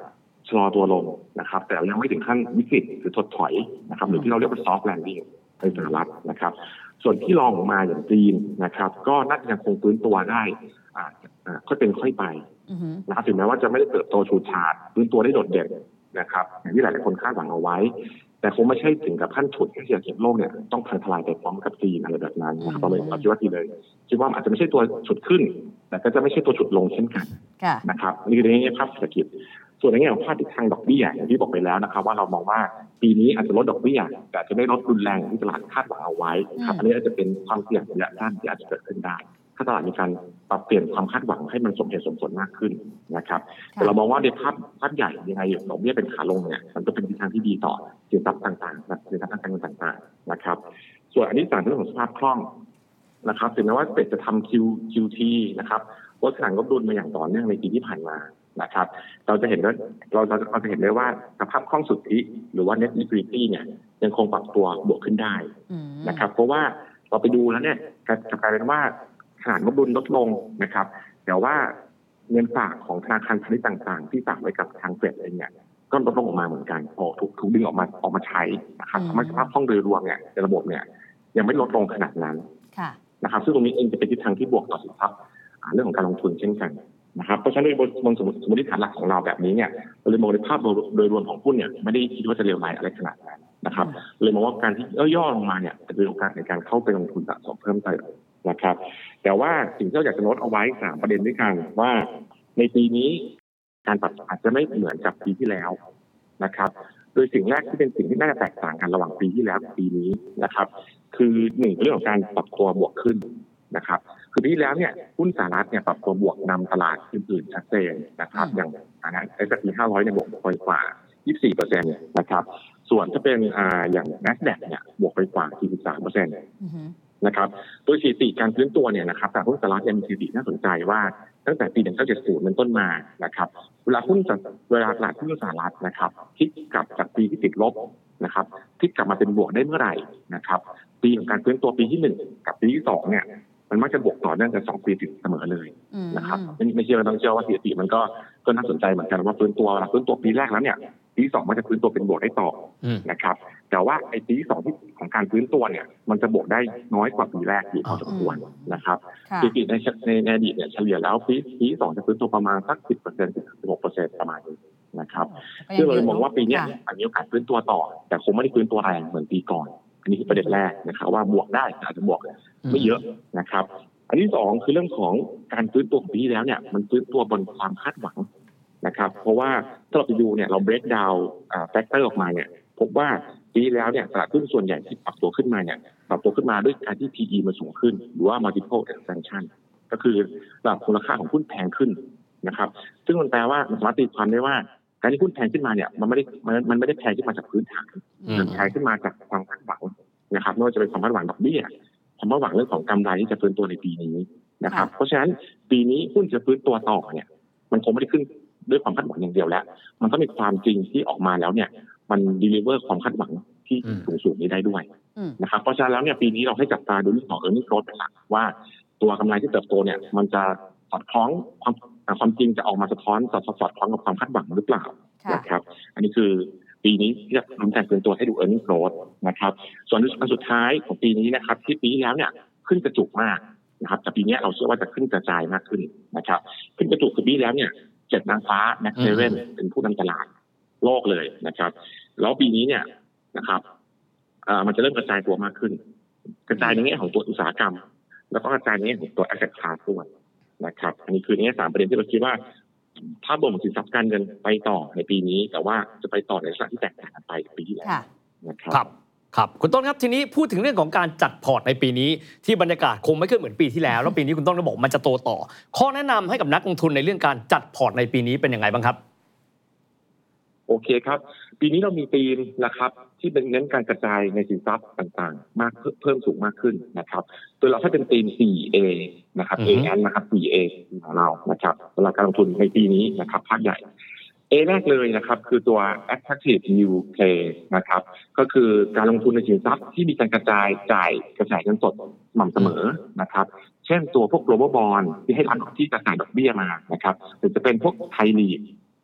ชะลอตัวลงนะครับแต่ยังไม่ถึงขั้นวิกฤตหรือถดถอยนะครับหรือที่เราเรียกว่า soft landing ในสหรัฐนะครับส่วนที่รองออกมาอย่างจีนนะครับก็น่าจะยังคงฟื้นตัวได้อ่าอ่าค่อยเป็นค่อยไปนะครับถึงแม้ว่าจะไม่ได้เติบโตฉูดฉาดฟื้นตัวได้โดดเด่นนะครับอย่างที่หลายๆคนคาดหวังเอาไว้แต่คงไม่ใช่ถึงกับขั้นฉุดให้เศรษฐกิจโลกเนี่ยต้องพังทลายไปพร้อมกับจีนอะไรแบบนั้นนะครับเราเลยเราคิดว่าทีเลยคิดว่าอาจจะไม่ใช่ตัวฉุดขึ้นแต่ก็จะไม่ใช่ตัวฉุดลงเช่นกันนะครับนี่คือในแง่ภาพเศรษฐกิจส่วนในแง่ของภาพทิศทางดอกเบี้ยอย่างที่บอกไปแล้วนะครับว่าเรามองว่าปีนี้อาจจะลดดอกเบี้ยแต่จะไม่ลดรุนแรงอย่างที่ตลาดคาดหวังเอาไว้ครับอันนี้อาจจะเป็นความเสี่ยงระยะสั้นที่อาจจะเกิดขึ้นได้ถ้าตลาดมีการปรับเปลี่ยนความคาดหวังให้มันสมเหตุสมผลมากขึ้นนะครับแต่เรามองว่าในภาพภาพใหญ่ยังไงดอกเบี้ยเป็นขาลงเนี่ยมันก็เป็นทิศทางที่ดีต่อสินทรัพย์ต่างๆนะสินทรัพย์ต่างๆต่างๆนะครับส่วนอันที่สามเรื่องของสภาพคล่องนะครับถึงแม้ว่าเฟดจะทำ Q คิว ที นะครับลดขนาดงบดุลมาอย่างต่อเนื่องในปีที่ผ่านมานะครับเราจะเห็นว่าเราเราเราจะเห็นได้ว่าสภาพคล่องสุทธิหรือว่า net liquidity เนี่ยยังคงปรับตัวบวกขึ้นได้นะครับเพราะว่าเราไปดูแล้วเนี่ยจะกลายเป็นว่าขนาดงบดุลลดลงนะครับแต่ว่าเงินฝากของธนาคารพาณิชย์ต่างๆที่ฝากไว้กับทางเฟดเองเนี่ยก็ลดลงออกมาเหมือนกันพอถูกถูกดึงออกมาออกมาใช้นะครับทำให้สภาพคล่องโดยรวมเนี่ยในระบบเนี่ยยังไม่ลดลงขนาดนั้นนะครับซึ่งตรงนี้เองจะเป็นทิศทางที่บวกต่อสินทรัพย์เรื่องของการลงทุนเช่นกันนะครับเพราะฉะนั้นโดยบนสมมติฐานหลักของเราแบบนี้เนี่ยเราเลยมองในภาพโดยรวมของหุ้นเนี่ยไม่ได้คิดว่าจะเลวร้ายอะไรขนาดนั้นนะครับเลยมองว่าการที่ย่อลงมาเนี่ยจะเป็นโอกาสในการเข้าไปลงทุนสะสมเพิ่มเติมนะครับแต่ว่าสิ่งที่เราอยากจะโน้ตเอาไว้สามประเด็นด้วยกันว่าในปีนี้การปรับอาจจะไม่เหมือนกับปีที่แล้วนะครับโดยสิ่งแรกที่เป็นสิ่งที่น่าจะแตกต่างกันระหว่างปีที่แล้วกับปีนี้นะครับคือหนึ่งเรื่องของการปรับตัวบวกขึ้นนะครับคือปีที่แล้วเนี่ยหุ้นสหรัฐเนี่ยปรับตัวบวกนำตลาดอื่นๆชัดเจนนะครับอย่างอันนั้น เอส แอนด์ พี ห้าร้อยเนี่ยบวกไปกว่า ยี่สิบสี่เปอร์เซ็นต์ นะครับส่วนถ้าเป็นอ่าอย่าง NASDAQ เนี่ยบวกไปกว่า สี่สิบสามเปอร์เซ็นต์ นะครับโดยสถิติการฟื้นตัวเนี่ยนะครับแต่หุ้นสหรัฐยังมีสถิติน่าสนใจว่าตั้งแต่ปีหนึ่งพันเก้าร้อยเจ็ดสิบเป็นต้นมานะครับเวลาหุ้นเวลาตลาดหุ้นสหรัฐนะครับพลิกกลับจากปีที่ติดลบนะครับพลิกกลับมาเป็นบวกได้เมื่อไหร่นะครับปีของการฟื้นตัวปีที่หนึ่งกับปีที่สองเนี่ยมันมักจะบวกต่อเนื่องกันสองปีติดเสมอเลยนะครับไม่ไม่เชื่อต้องเชื่อว่าสถิติมันก็ก็น่าสนใจเหมือนกันว่าฟื้นตัวฟื้นตัวปีแรกแล้วเนี่ยปีที่สองมันจะฟื้นตัวเป็นบวกได้ต่อนะครับแต่ว่าไอ้ปีที่สองที่ของการฟื้นตัวเนี่ยมันจะบวกได้น้อยกว่าปีแรกอยู่พอสมควรนะครับสถิติในในในอดีตเนี่ยเฉลี่ยแล้วปีปีที่สองจะฟื้นตัวประมาณสัก สิบเปอร์เซ็นต์ ถึง สิบหกเปอร์เซ็นต์ ประมาณนี้นะครับซึ่งเรามองว่าปีนี้มีโอกาสฟื้นตัวต่อแต่คงไม่ได้ฟื้นตัวแรงเหมือนปีก่อนอันนี้คือประเด็นแรกนะครับว่าบวกได้อาจจะบวกไม่เยอะนะครับอันที่สองคือเรื่องของการฟื้นตัวของปีที่แล้วเนี่ยมันฟื้นตัวบนความคาดหวังนะครับเพราะว่าถ้าเราไปดูเนี่ยเรา break down อ่า factor ออกมาเนี่ยพบว่าปีแล้วเนี่ยตลาดหุ้นส่วนใหญ่ที่ปรับตัวขึ้นมาเนี่ยปรับตัวขึ้นมาด้วยการที่ พี อี มันสูงขึ้นหรือว่า multiple expansion ก็คือระดับมูลค่าของหุ้นแพงขึ้นนะครับซึ่งมันแปลว่ามันสามารถตีความได้ว่าการที่หุ้นแพงขึ้นมาเนี่ยมันไม่ได้มันมันไม่ได้แพงขึ้นมาจากพื้นฐานมันแพงขึ้นมาจากความคาดหวังนะครับไม่ว่าจะเป็นความคาดหวังดอกเบี้ยความคาดหวังเรื่องของกำไรที่จะฟื้นตัวในปีนี้นะครับเพราะฉะนั้นปีนี้หุ้นจะฟื้นตัวต่อเนี่ยมันคงไม่ได้ขึ้นด้วยความคาดหวังอย่างเดียวแล้วมันต้องมีความจริงที่ออกมาแล้วเนี่ยมันดีลิเวอร์ความคาดหวังที่สูงๆนี้ได้ด้วยนะครับเพราะฉะนั้นแล้วเนี่ยปีนี้เราให้จับตาดูเรื่องของ earnings growth เป็นหลักว่าตัวกำไรที่เติบโตเนี่ยมันจะสอดคล้องความความจริงจะออกมาสะท้อนสอดสอดคล้องกับความคาดหวังหรือเปล่านะครับอันนี้คือปีนี้ที่จะทำการเป็นตัวให้ดู earnings growth นะครับส่วนอันสุดท้ายของปีนี้นะครับที่ปีที่แล้วเนี่ยขึ้นกระจุกมากนะครับแต่ปีนี้เราเชื่อว่าจะขึ้นกระจายมากขึ้นนะครับขึ้นกระจุกคือปีแล้วเนี่ยเจ็ดนางฟ้าแม็กเซเว่นเป็นผู้นำตลาดโลกเลยนะครับแล้วปีนี้เนี่ยนะครับอ่ามันจะเริ่มกระจายตัวมากขึ้นกระจายในแง่ของตัวอุตสาหกรรมแล้วก็กระจายในแง่ของตัว asset class ด้วยนะครับอันนี้คือในแง่สามประเด็นที่เราคิดว่าภาพรวมของสินทรัพย์การเงินไปต่อในปีนี้แต่ว่าจะไปต่อในลักษณะที่แตกต่างกันไปปีที่แล้วนะครับครับครับคุณต้นครับทีนี้พูดถึงเรื่องของการจัดพอร์ตในปีนี้ที่บรรยากาศคงไม่ขึ้นเหมือนปีที่แล้วแล้วปีนี้คุณต้นก็บอกมันจะโตต่อข้อแนะนำให้กับนักลงทุนในเรื่องการจัดพอร์ตในปีนี้เป็นยังไงบ้างครับโอเคครับปีนี้เรามีธีมนะครับที่เป็นเน้นการกระจายในสินทรัพย์ต่างๆมากเพิ่มสูงมากขึ้นนะครับโดยเราให้เป็นธีม โฟร์ เอ นะครับ เอ แอน นะครับ โฟร์ เอ ของเรานะครับสำหรับการลงทุนในปีนี้นะครับภาคใหญ่A แรกเลยนะครับคือตัว attractive new play นะครับก็คือการลงทุนในสินทรัพย์ที่มีการกระจายจ่ายกระแสเงินสดสม่ำเสมอนะครับเช่นตัวพวก global bond ที่ให้รัฐที่กระจายดอกเบี้ยมานะครับหรือจะเป็นพวกไทยลีก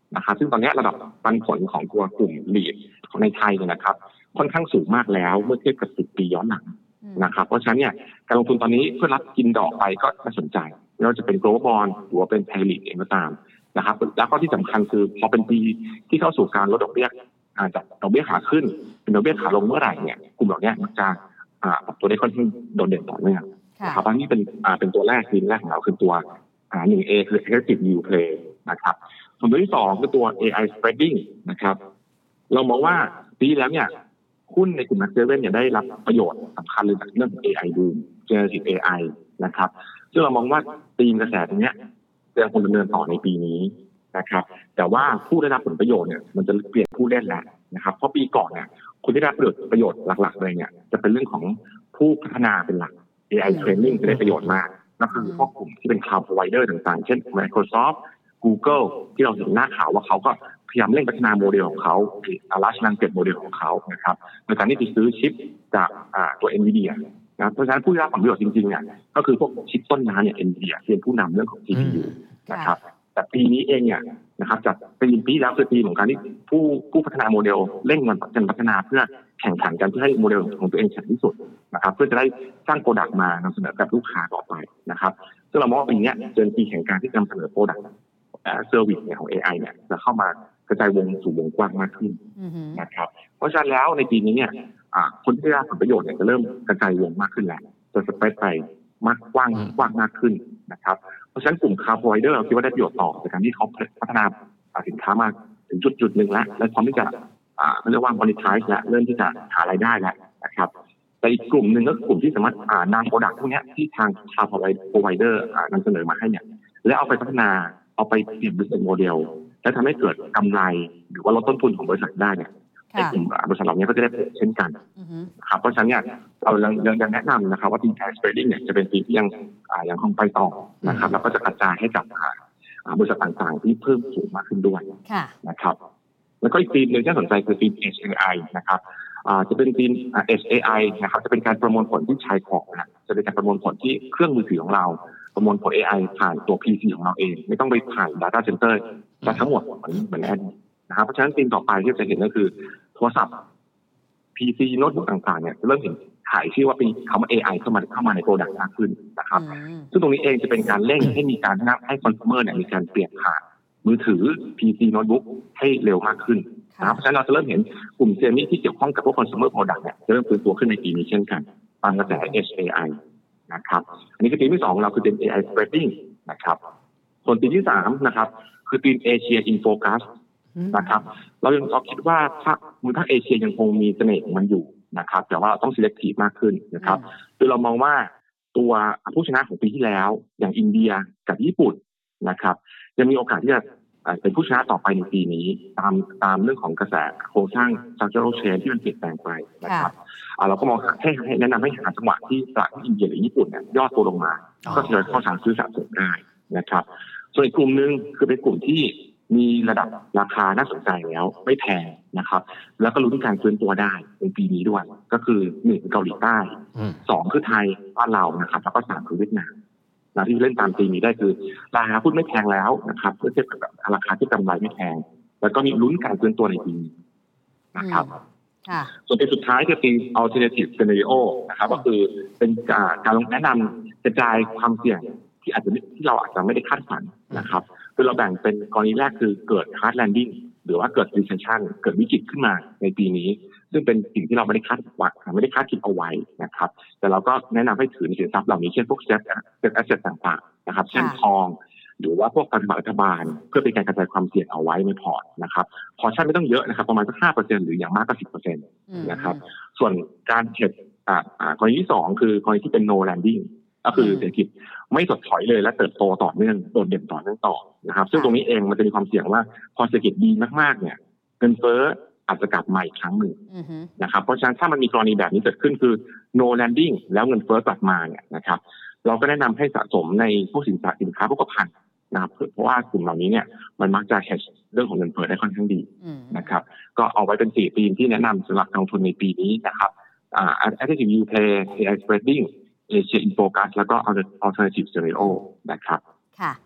นะครับซึ่งตอนนี้ระดับปันผลของตัวกลุ่ม ลีด ของในไทยเนี่ยนะครับค่อนข้างสูงมากแล้วเมื่อเทียบกับสิบปีย้อนหลังนะครับเพราะฉะนั้นเนี่ยการลงทุนตอนนี้เพื่อรับกินดอกไปก็น่าสนใจไม่ว่าจะเป็น global bond หรือว่าเป็น Thai lead เองก็ตามนะครับแล้วก็ที่สำคัญคือพอเป็นปีที่เข้าสู่การลดดอกเบี้ยจากดอกเบี้ยขาขึ้นเป็นดอกเบี้ยขาลงเมื่อไหร่เนี่ยกลุ่มเหล่านี้มักจะปรับตัวได้ค่อนข้างโดดเด่นต่อเนื่องนะครับอันนี้เป็นเป็นตัวแรกทีมแรกของเราคือตัว หนึ่ง เอ คือ aggressive yield play นะครับส่วนตัวที่สองคือตัว เอ ไอ spreading นะครับเรามองว่าปีแล้วเนี่ยหุ้นในกลุ่ม Next เซเว่นเนี่ยได้รับประโยชน์สำคัญเลยจากเรื่อง เอ ไอ boom generative เอ ไอ นะครับซึ่งเรามองว่าธีมกระแสตรงนี้จะยังคงดำเนินต่อในปีนี้นะครับแต่ว่าผู้ได้รับผลประโยชน์เนี่ยมันจะเปลี่ยนผู้เล่นแล้วนะครับเพราะปีก่อนเนี่ยคนที่ได้รับประโยชน์หลักๆเลยเนี่ยจะเป็นเรื่องของผู้พัฒนาเป็นหลัก เอ ไอ training จะได้ประโยชน์มากนั่นคือพวกกลุ่มที่เป็น cloud provider ต่างๆเช่น Microsoft Google ที่เราเห็นหน้าข่าวว่าเขาก็พยายามเร่งพัฒนาโมเดลของเขา large language model ของเขานะครับโดยการที่ไปซื้อชิปจากตัว Nvidia นะเพราะฉะนั้นผู้ได้รับผลประโยชน์จริงๆเนี่ยก็คือพวกชิปต้นน้ำเนี่ย Nvidia เป็นผู้นำเรื่องของ จี พี ยู นะครับแต่ปีนี้เองเนี่ยนะครับจากปีปีแล้วคือปีของการที่ผู้ผู้พัฒนาโมเดลเร่งมันกันพัฒนาเพื่อแข่งขันกันเพื่อให้โมเดลของตัวเองแข็งที่สุดนะครับเพื่อจะได้สร้างโปรดักต์มานำเสนอกับลูกค้าต่อไปนะครับซึ่งเรามองว่าปีนี้เป็นปีแข่งการที่นำเสนอโปรดักต์เซอร์วิสเนี่ยของ เอ ไอ เนี่ยจะเข้ามากระจายวงสู่วงกว้างมากขึ้นนะครับเพราะฉะนั้นแล้วในปีนี้เนี่ยคนที่ได้รับผลประโยชน์เนี่ยจะเริ่มกระจายวงมากขึ้นแล้วจะสเปรดไปมากกว้างกว้างมากขึ้นนะครับเพราะฉะนั้นกลุ่ม Cloud Provider เราคิดว่าได้ประโยชน์ต่อจากการที่เขาพัฒนาสินค้ามาถึงจุดจุดหนึ่งแล้วและพร้อมที่จะเรียกว่า monetize และเริ่มที่จะหารายได้แล้วนะครับแต่อีกกลุ่มหนึ่งก็คือกลุ่มที่สามารถนำ product พวกนี้ที่ทาง Cloud Provider นำเสนอมาให้เนี่ยแล้วเอาไปพัฒนาเอาไปเปลี่ยน business model และทำให้เกิดกำไรหรือว่าลดต้นทุนของบริษัทได้เนี่ยในกลุ่มบริษัทเหล่านี้ก็จะได้เช่นกันครับเพราะฉะนั้นเนี่ยเรายังยังแนะนำนะครับว่าทีม Cash Trading เนี่ยจะเป็นทีมที่ยังยังคงไปต่อนะครับแล้วก็จะกระจายให้กับบริษัทต่างๆที่เพิ่มสูงมากขึ้นด้วยนะครับแล้วก็อีกทีมหนึ่งที่น่าสนใจคือทีม เอช เอ ไอ นะครับจะเป็นทีม เอช เอ ไอ นะครับจะเป็นการประมวลผลที่ใช้ของนะจะเป็นการประมวลผลที่เครื่องมือถือของเราประมวลผล เอ ไอ ผ่านตัว พี ซี ของเราเองไม่ต้องไปผ่าน Data Center แต่ทั้งหมดเหมือนเหมือนแอดนะครับเพราะฉะนั้นทีมต่อไปที่จะเห็นก็คือโทรศัพท์ พี ซี โน้ตบุ๊กต่างๆเนี่ยจะเริ่มเห็นขายชื่อว่าเป็นคำว่า เอ ไอ เข้ามาเข้ามาในโปรดักต์มากขึ้นนะครับซึ่งตรงนี้เองจะเป็นการเร่งให้มีการให้คอน sumer เนี่ยมีการเปลี่ยนผ่านมือถือ พี ซี โน้ตบุ๊กให้เร็วมากขึ้นนะครับเพราะฉะนั้นเราจะเริ่มเห็นกลุ่มเซมิที่เกี่ยวข้องกับพวก consumer product เนี่ยจะเริ่มฟื้นตัวขึ้นในปีนี้เช่นกันตามกระแส เอช เอ ไอ นะครับอันนี้คือทีมที่สองของเราคือทีม เอ ไอ spreading นะครับส่วนทีมที่สามนะครับคือทีม Asia in Focus นะครับเรายังเราคิดว่าถ้ามูลค่าเอเชียยังคงมีเสน่ห์ของมันอยู่นะครับแต่ว่าต้อง selective มากขึ้นนะครับคือเรามองว่าตัวผู้ชนะของปีที่แล้วอย่างอินเดียกับญี่ปุ่นนะครับยังมีโอกาสที่จะเป็นผู้ชนะต่อไปในปีนี้ตามตามเรื่องของกระแสโครงสร้าง structural change ที่มันเปลี่ยนแปลงไปนะครับเราก็มองให้แนะนำให้หาจังหวะที่ตลาดอินเดียหรือญี่ปุ่นเนี่ยย่อตัวลงมาก็จะเข้าทางซื้อสะสมได้นะครับส่วนอีกกลุ่มนึงคือเป็นกลุ่มที่มีระดับราคาน่าสนใจแล้วไม่แพงนะครับแล้วก็ลุ้นการฟื้นตัวได้ในปีนี้ด้วยก็คือหนึ่งเกาหลีใต้สองคือไทยบ้านเรานะครับแล้วก็สามคือเวียดนามนะที่เล่นตามปีนี้ได้คือราคาหุ้นไม่แพงแล้วนะครับเมื่อเทียบกับราคาที่กำไรไม่แพงแล้วก็มีลุ้นการฟื้นตัวในปีนี้นะครับส่วนเป็นสุดท้ายคือเป็น alternative scenario นะครับก็คือเป็นการลงแนะนำกระจายความเสี่ยงที่อาจจะที่เราอาจจะไม่ได้คาดฝันนะครับคือเราแบ่งเป็นกรณีแรกคือเกิด hard landing หรือว่าเกิด recession เกิดวิกฤตขึ้นมาในปีนี้ซึ่งเป็นสิ่งที่เราไม่ได้คาดหวังไม่ได้คาดคิดเอาไว้นะครับแต่เราก็แนะนำให้ถือในสินทรัพย์เหล่านี้เช่นพวก safe asset ต่างๆนะครับเช่นทองหรือว่าพวกพันธบัตรรัฐบาลเพื่อเป็นการกระจายความเสี่ยงเอาไว้ในพอร์ตนะครับพอร์ชั่นไม่ต้องเยอะนะครับประมาณสัก ห้าเปอร์เซ็นต์ หรืออย่างมากก็ สิบเปอร์เซ็นต์ นะครับส่วนการเทรดกรณีที่สองคือกรณีที่เป็น no landingก็คือเศรษฐกิจไม่ถดถอยเลยและเติบโตต่อเนื่องโดดเด่นต่อเนื่องต่อนะครับซึ่งตรงนี้เองมันจะมีความเสี่ยงว่าพอเศรษฐกิจดีมากๆเนี่ยเงินเฟ้ออาจจะกลับมาอีกครั้งหนึ่งนะครับเพราะฉะนั้นถ้ามันมีกรณีแบบนี้เกิดขึ้นคือ no landing แล้วเงินเฟ้อกลับมาเนี่ยนะครับเราก็แนะนำให้สะสมในพวกสินค้าสินค้าพวกพันนะครับเพราะว่ากลุ่มเหล่านี้เนี่ยมันมักจะ hedge เรื่องของเงินเฟ้อได้ค่อนข้างดีนะครับก็เอาไว้เป็นสี่ธีมที่แนะนำสำหรับการลงทุนในปีนี้นะครับอ่า active yield play เอ ไอ spreading Asia in Focus แล้วก็ alternative scenario นะครับค่ะ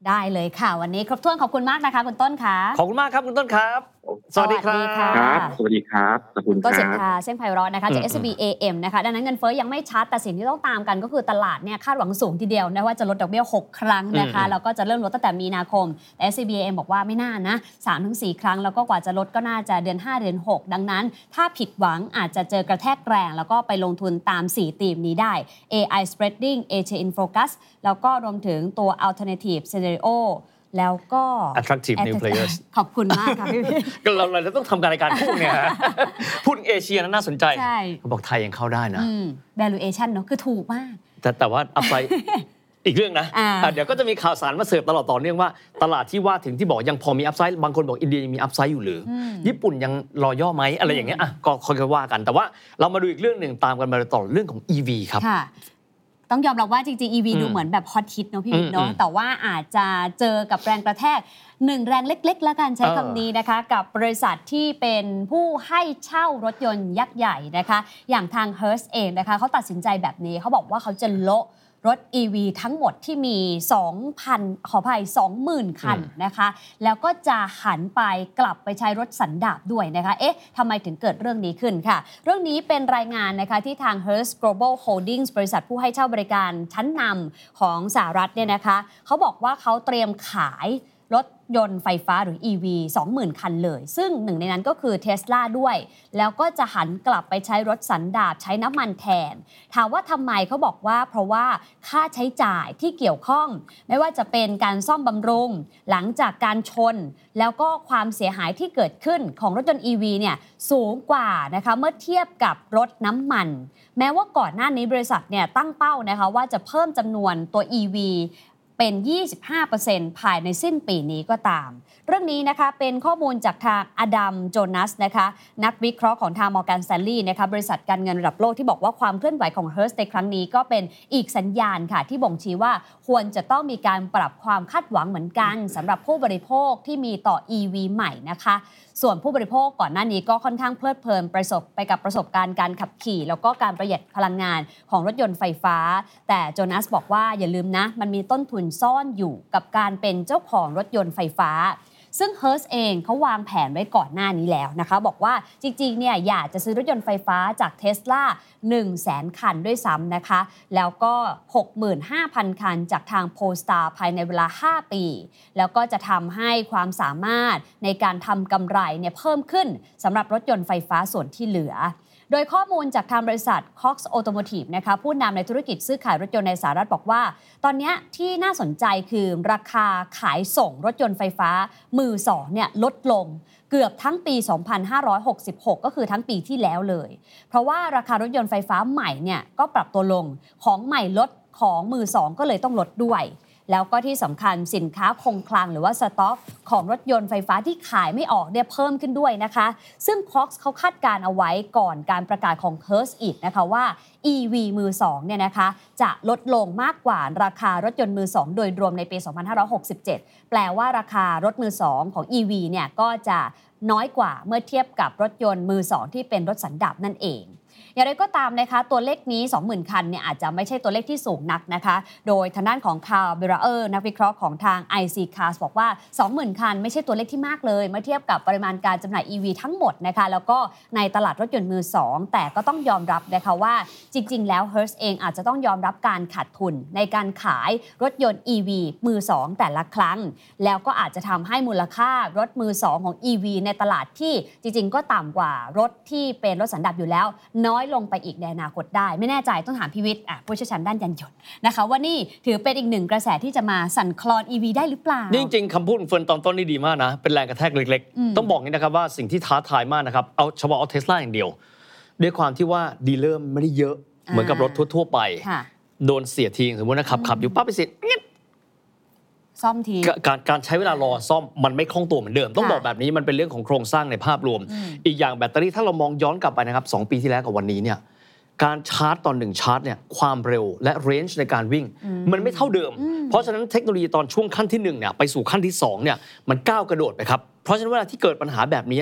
ได้เลยค่ะวันนี้ครบถ้วนขอบคุณมากนะคะคุณต้นค่ะขอบคุณมากครับคุณต้นครับสวัสดีครับครับสวัสดีครับขอบคุณครับก็เสร็จค่ะเส้นไพเราะนะคะจาก เอส บี เอ เอ็ม นะคะดังนั้นเงินเฟ้อยังไม่ชัดแต่สิ่งที่ต้องตามกันก็คือตลาดเนี่ยคาดหวังสูงทีเดียวนะว่าจะลดดอกเบี้ยหกครั้งนะคะแล้วก็จะเริ่มลดตั้งแต่มีนาคมแต่ เอส บี เอ เอ็ม บอกว่าไม่น่านะ สามถึงสี่ ครั้งแล้วก็กว่าจะลดก็น่าจะเดือนห้าเดือนหกดังนั้นถ้าผิดหวังอาจจะเจอกระแทกแรงแล้วก็ไปลงทุนตามสี่ธีมนี้ได้ เอ ไอ Spreading Asia in Focus แล้วก็รวมถึงตัว Alternative Scenarioแล้วก็ attractive new players ขอบคุณมากค่ะพี่พี่ก็เราเราต้องทำการรายการพูดเนี่ยฮะพูดเอเชียนั้นน่าสนใจใช่เขาบอกไทยยังเข้าได้นะ valuation เนอะคือถูกมากแต่แต่ว่าอัพไซด์ อีกเรื่องนะเดี๋ยวก็จะมีข่าวสารมาเสิร์ฟตลอดต่อเนื่องว่าตลาดที่ว่าถึงที่บอกยังพอมีอัพไซด์บางคนบอกอินเดียยังมีอัพไซด์อยู่หรือญี่ปุ่นยังรอย่อไหมอะไรอย่างเงี้ยอ่ะก็ค่อยๆว่ากันแต่ว่าเรามาดูอีกเรื่องหนึ่งตามกันมาต่อเรื่องของ อี วี ครับต้องยอมรับว่าจริงๆ อี วี ดูเหมือนแบบฮอตฮิตเนาะพี่วินเนาะแต่ว่าอาจจะเจอกับแรงกระแทกหนึ่งแรงเล็กๆแล้วกันใช้คำนี้นะคะกับบริษัทที่เป็นผู้ให้เช่ารถยนต์ยักษ์ใหญ่นะคะอย่างทาง Hertz เองนะคะเขาตัดสินใจแบบนี้เขาบอกว่าเขาจะโละรถ อี วี ทั้งหมดที่มี สองพัน ขออภัย สองหมื่น คันนะคะแล้วก็จะหันไปกลับไปใช้รถสันดาปด้วยนะคะเอ๊ะทำไมถึงเกิดเรื่องนี้ขึ้นค่ะเรื่องนี้เป็นรายงานนะคะที่ทาง Hertz Global Holdings บริษัทผู้ให้เช่าบริการชั้นนำของสหรัฐเนี่ยนะคะเขาบอกว่าเขาเตรียมขายรถยนต์ไฟฟ้าหรือ อี วี สองหมื่น คันเลยซึ่งหนึ่งในนั้นก็คือ Tesla ด้วยแล้วก็จะหันกลับไปใช้รถสันดาปใช้น้ำมันแทนถามว่าทำไมเขาบอกว่าเพราะว่าค่าใช้จ่ายที่เกี่ยวข้องไม่ว่าจะเป็นการซ่อมบำรุงหลังจากการชนแล้วก็ความเสียหายที่เกิดขึ้นของรถยนต์ อี วี เนี่ยสูงกว่านะคะเมื่อเทียบกับรถน้ำมันแม้ว่าก่อนหน้านี้บริษัทเนี่ยตั้งเป้านะคะว่าจะเพิ่มจำนวนตัว อี วีเป็น ยี่สิบห้าเปอร์เซ็นต์ ภายในสิ้นปีนี้ก็ตามเรื่องนี้นะคะเป็นข้อมูลจากทางอดัมโจนัสนะคะนักวิเคราะห์ของทาง Morgan Stanley นะคะบริษัทการเงินระดับโลกที่บอกว่าความเคลื่อนไหวของ Hertz ในครั้งนี้ก็เป็นอีกสัญญาณค่ะที่บ่งชี้ว่าควรจะต้องมีการปรับความคาดหวังเหมือนกันสำหรับผู้บริโภคที่มีต่อ อี วี ใหม่นะคะส่วนผู้บริโภคก่อนหน้านี้ก็ค่อนข้างเพลิดเพลินประสบไปกับประสบการณ์การขับขี่แล้วก็การประหยัดพลังงานของรถยนต์ไฟฟ้าแต่โจนัสบอกว่าอย่าลืมนะมันมีต้นทุนซ่อนอยู่กับการเป็นเจ้าของรถยนต์ไฟฟ้าซึ่ง Hertz เองเขาวางแผนไว้ก่อนหน้านี้แล้วนะคะบอกว่าจริงๆเนี่ยอยากจะซื้อรถยนต์ไฟฟ้าจาก Tesla หนึ่งแสน คันด้วยซ้ำนะคะแล้วก็ หกหมื่นห้าพัน คันจากทาง Polestar ภายในเวลาห้าปีแล้วก็จะทำให้ความสามารถในการทำกำไรเนี่ยเพิ่มขึ้นสำหรับรถยนต์ไฟฟ้าส่วนที่เหลือโดยข้อมูลจากทางบริษัท Cox Automotive นะคะผู้นำในธุรกิจซื้อขายรถยนต์ในสหรัฐบอกว่าตอนนี้ที่น่าสนใจคือราคาขายส่งรถยนต์ไฟฟ้ามือสองเนี่ยลดลงเกือบทั้งปี สองพันห้าร้อยหกสิบหก ก็คือทั้งปีที่แล้วเลยเพราะว่าราคารถยนต์ไฟฟ้าใหม่เนี่ยก็ปรับตัวลงของใหม่ลดของมือสองก็เลยต้องลดด้วยแล้วก็ที่สำคัญสินค้าคงคลังหรือว่าสต็อกของรถยนต์ไฟฟ้าที่ขายไม่ออกเนี่ยเพิ่มขึ้นด้วยนะคะซึ่ง Cox เขาคาดการเอาไว้ก่อนการประกาศของ Hertz อีกนะคะว่า อี วี มือสองเนี่ยนะคะจะลดลงมากกว่าราคารถยนต์มือสองโดยรวมในปี สองพันห้าร้อยหกสิบเจ็ด แปลว่าราคารถมือสองของ อี วี เนี่ยก็จะน้อยกว่าเมื่อเทียบกับรถยนต์มือสองที่เป็นรถสันดาปนั่นเองอย่างไรก็ตามนะคะตัวเลขนี้ สองหมื่น คันเนี่ยอาจจะไม่ใช่ตัวเลขที่สูงนักนะคะโดยทางด้านของ Carl Beraer นักวิเคราะห์ของทาง ไอ ซี Cars บอกว่า สองหมื่น คันไม่ใช่ตัวเลขที่มากเลยเมื่อเทียบกับปริมาณการจำหน่าย อี วี ทั้งหมดนะคะแล้วก็ในตลาดรถยนต์มือสองแต่ก็ต้องยอมรับนะคะว่าจริงๆแล้ว Hertz เองอาจจะต้องยอมรับการขาดทุนในการขายรถยนต์ อี วี มือสองแต่ละครั้งแล้วก็อาจจะทำให้มูลค่ารถมือสองของ อี วี ในตลาดที่จริงๆก็ต่ำกว่ารถที่เป็นรถสันดาปอยู่แล้วน้อยลงไปอีกในอนาคตได้ไม่แน่ใจต้องถามพี่วิทย์ผู้เชี่ยวชาญด้านยานยนต์นะคะว่านี่ถือเป็นอีกหนึ่งกระแสที่จะมาสั่นคลอน อี วี ได้หรือเปล่าจริงๆคำพูดเฟิร์นตอนต้นนี่ดีมากนะเป็นแรงกระแทกเล็กๆต้องบอกงี้นะครับว่าสิ่งที่ท้าทายมากนะครับเอาเฉพาะเอา Tesla อย่างเดียวด้วยความที่ว่าดีลเลอร์ไม่ได้เยอะเหมือนกับรถทั่วๆไปโดนเสียทีสมมตินะขับขับอยู่ปั๊บไปเสียซ่อมทีการการใช้เวลารอซ่อมมันไม่คล่องตัวเหมือนเดิมต้องบอกแบบนี้มันเป็นเรื่องของโครงสร้างในภาพรวมอีกอย่างแบตเตอรี่ถ้าเรามองย้อนกลับไปนะครับสองปีที่แล้วกับวันนี้เนี่ยการชาร์จตอนหนึ่งชาร์จเนี่ยความเร็วและเรนจ์ในการวิ่งมันไม่เท่าเดิมเพราะฉะนั้นเทคโนโลยีตอนช่วงขั้นที่หนึ่งเนี่ยไปสู่ขั้นที่สองเนี่ยมันก้าวกระโดดไปครับเพราะฉะนั้นเวลาที่เกิดปัญหาแบบนี้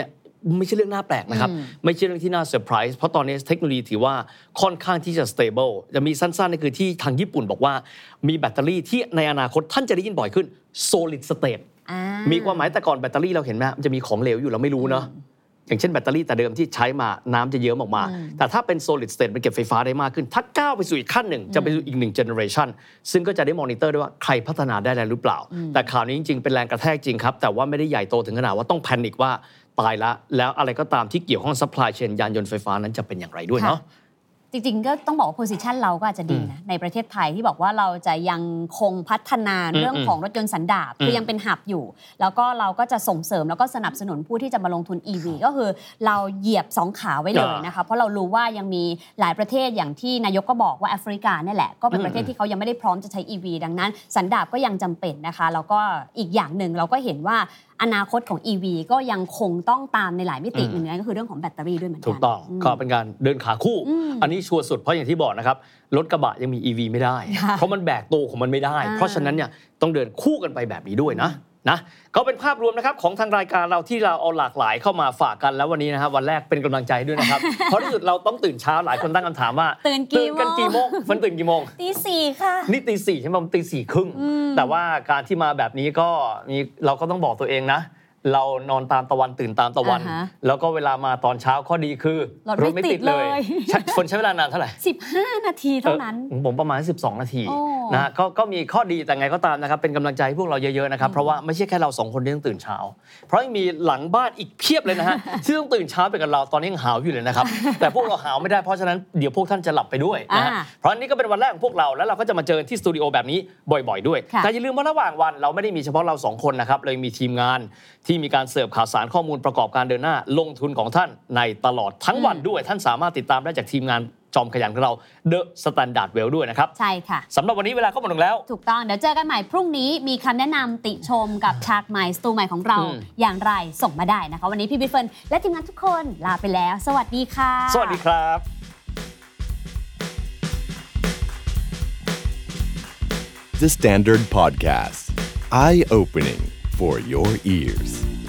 ไม่ใช่เรื่องน่าแปลกนะครับไม่ใช่เรื่องที่น่าเซอร์ไพรส์เพราะตอนนี้เทคโนโลยีถือว่าค่อนข้างที่จะ stable จะมีสั้นๆนี่คือที่ทางญี่ปุ่นบอกว่ามีแบตเตอรี่ที่ในอนาคตท่านจะได้ยินบ่อยขึ้น solid state มีความหมายแต่ก่อนแบตเตอรี่เราเห็นไหมมันจะมีของเหลวอยู่เราไม่รู้เนาะอย่างเช่นแบตเตอรี่แต่เดิมที่ใช้มาน้ำจะเยิ้มออกมาแต่ถ้าเป็น solid state มันเก็บไฟฟ้าได้มากขึ้นถ้าก้าวไปสู่อีกขั้นหนึ่งจะไปสู่อีกหนึ่ง generation ซึ่งก็จะได้มอนิเตอร์ด้วยว่าใครพัฒนาได้แล้วหรือเปล่าแต่ข่าวนี้จริงๆเป็นแรงกระแทกจริงครับแต่ว่าไม่ได้ใหญ่โตถึงขนาดว่าต้องแพนิคว่าตายละแล้วอะไรก็ตามที่เกี่ยวข้อง supply chain ยานยนต์ไฟฟ้านั้นจะเป็นอย่างไรด้วยเนาะจริงๆก็ต้องบอกว่า position เราก็อาจจะดีนะในประเทศไทยที่บอกว่าเราจะยังคงพัฒนาเรื่องของรถยนต์สันดาปคือยังเป็นหับอยู่แล้วก็เราก็จะส่งเสริมแล้วก็สนับสนุนผู้ที่จะมาลงทุน อี วี ก็คือเราเหยียบสองขาไว้เลยนะคะเพราะเรารู้ว่ายังมีหลายประเทศอย่างที่นายกก็บอกว่าแอฟริกาเนี่ยแหละก็เป็นประเทศที่เขายังไม่ได้พร้อมจะใช้ อี วี ดังนั้นสันดาปก็ยังจำเป็นนะคะแล้วก็อีกอย่างหนึ่งเราก็เห็นว่าอนาคตของ อี วี ก็ยังคงต้องตามในหลายมิติหนึ่งนั่นก็คือเรื่องของแบตเตอรี่ด้วยเหมือนกันถูกต้องก็เป็นการเดินขาคู่อันนี้ชัวร์สุดเพราะอย่างที่บอกนะครับรถกระบะยังมี อี วี ไม่ได้เพราะมันแบกตัวของมันไม่ได้เพราะฉะนั้นเนี่ยต้องเดินคู่กันไปแบบนี้ด้วยนะนะก็เป็นภาพรวมนะครับของทางรายการเราที่เราเอาหลากหลายเข้ามาฝากกันแล้ววันนี้นะครับวันแรกเป็นกำลังใจด้วยนะครับเพราะที่สุดเราต้องตื่นเช้าหลายคนตั้งคำถามว่าตื่นกันกี่โมงฟันตื่นกี่โมงตีสี่ค่ะนี่ตีสี่ใช่ไหมตีสี่ครึ่งแต่ว่าการที่มาแบบนี้ก็มีเราก็ต้องบอกตัวเองนะเรานอนตามตะวันตื่นตามตะวัน uh-huh. แล้วก็เวลามาตอนเช้าข้อดีคือรถไม่ติดเลยคนใช้เวลานานเท่าไหร่สิบห้านาทีเท่านั้นผมประมาณสิบสองนาทีนะก็ก็มีข้อดีแต่ไงก็ตามนะครับเป็นกำลังใจให้พวกเราเยอะๆนะครับเพราะว่าไม่ใช่แค่เราสองคนที่ต้องตื่นเช้าเพราะยังมีหลังบ้านอีกเพียบเลยนะฮะที่ต้องตื่นเช้าไปกับเราตอนนี้ยังหาวอยู่เลยนะครับแต่พวกเราหาวไม่ได้เพราะฉะนั้นเดี๋ยวพวกท่านจะหลับไปด้วยนะฮะเพราะนี่ก็เป็นวันแรกของพวกเราแล้วเราก็จะมาเจอที่สตูดิโอแบบนี้บ่อยๆด้วยแต่อย่าลืมว่าระหว่างวันเราไม่ได้มีเฉพาะเราสองคนนะครับเลยมีทีมงานที่มีการเสิร์ฟข่าวสารข้อมูลประกอบการเดินหน้าลงทุนของท่านในตลอดทั้งวันด้วยท่านสามารถติดตามได้จากทีมงานจอมขยันของเรา The Standard Well ด้วยนะครับใช่ค่ะสำหรับวันนี้เวลาก็หมดลงแล้วถูกต้องเดี๋ยวเจอกันใหม่พรุ่งนี้มีคำแนะนำติชมกับฉากใหม่สตูใหม่ของเราอย่างไรส่งมาได้นะคะวันนี้พี่บิ๊กเฟิร์นและทีมงานทุกคนลาไปแล้วสวัสดีค่ะสวัสดีครับ The Standard Podcast Eye Opening for your ears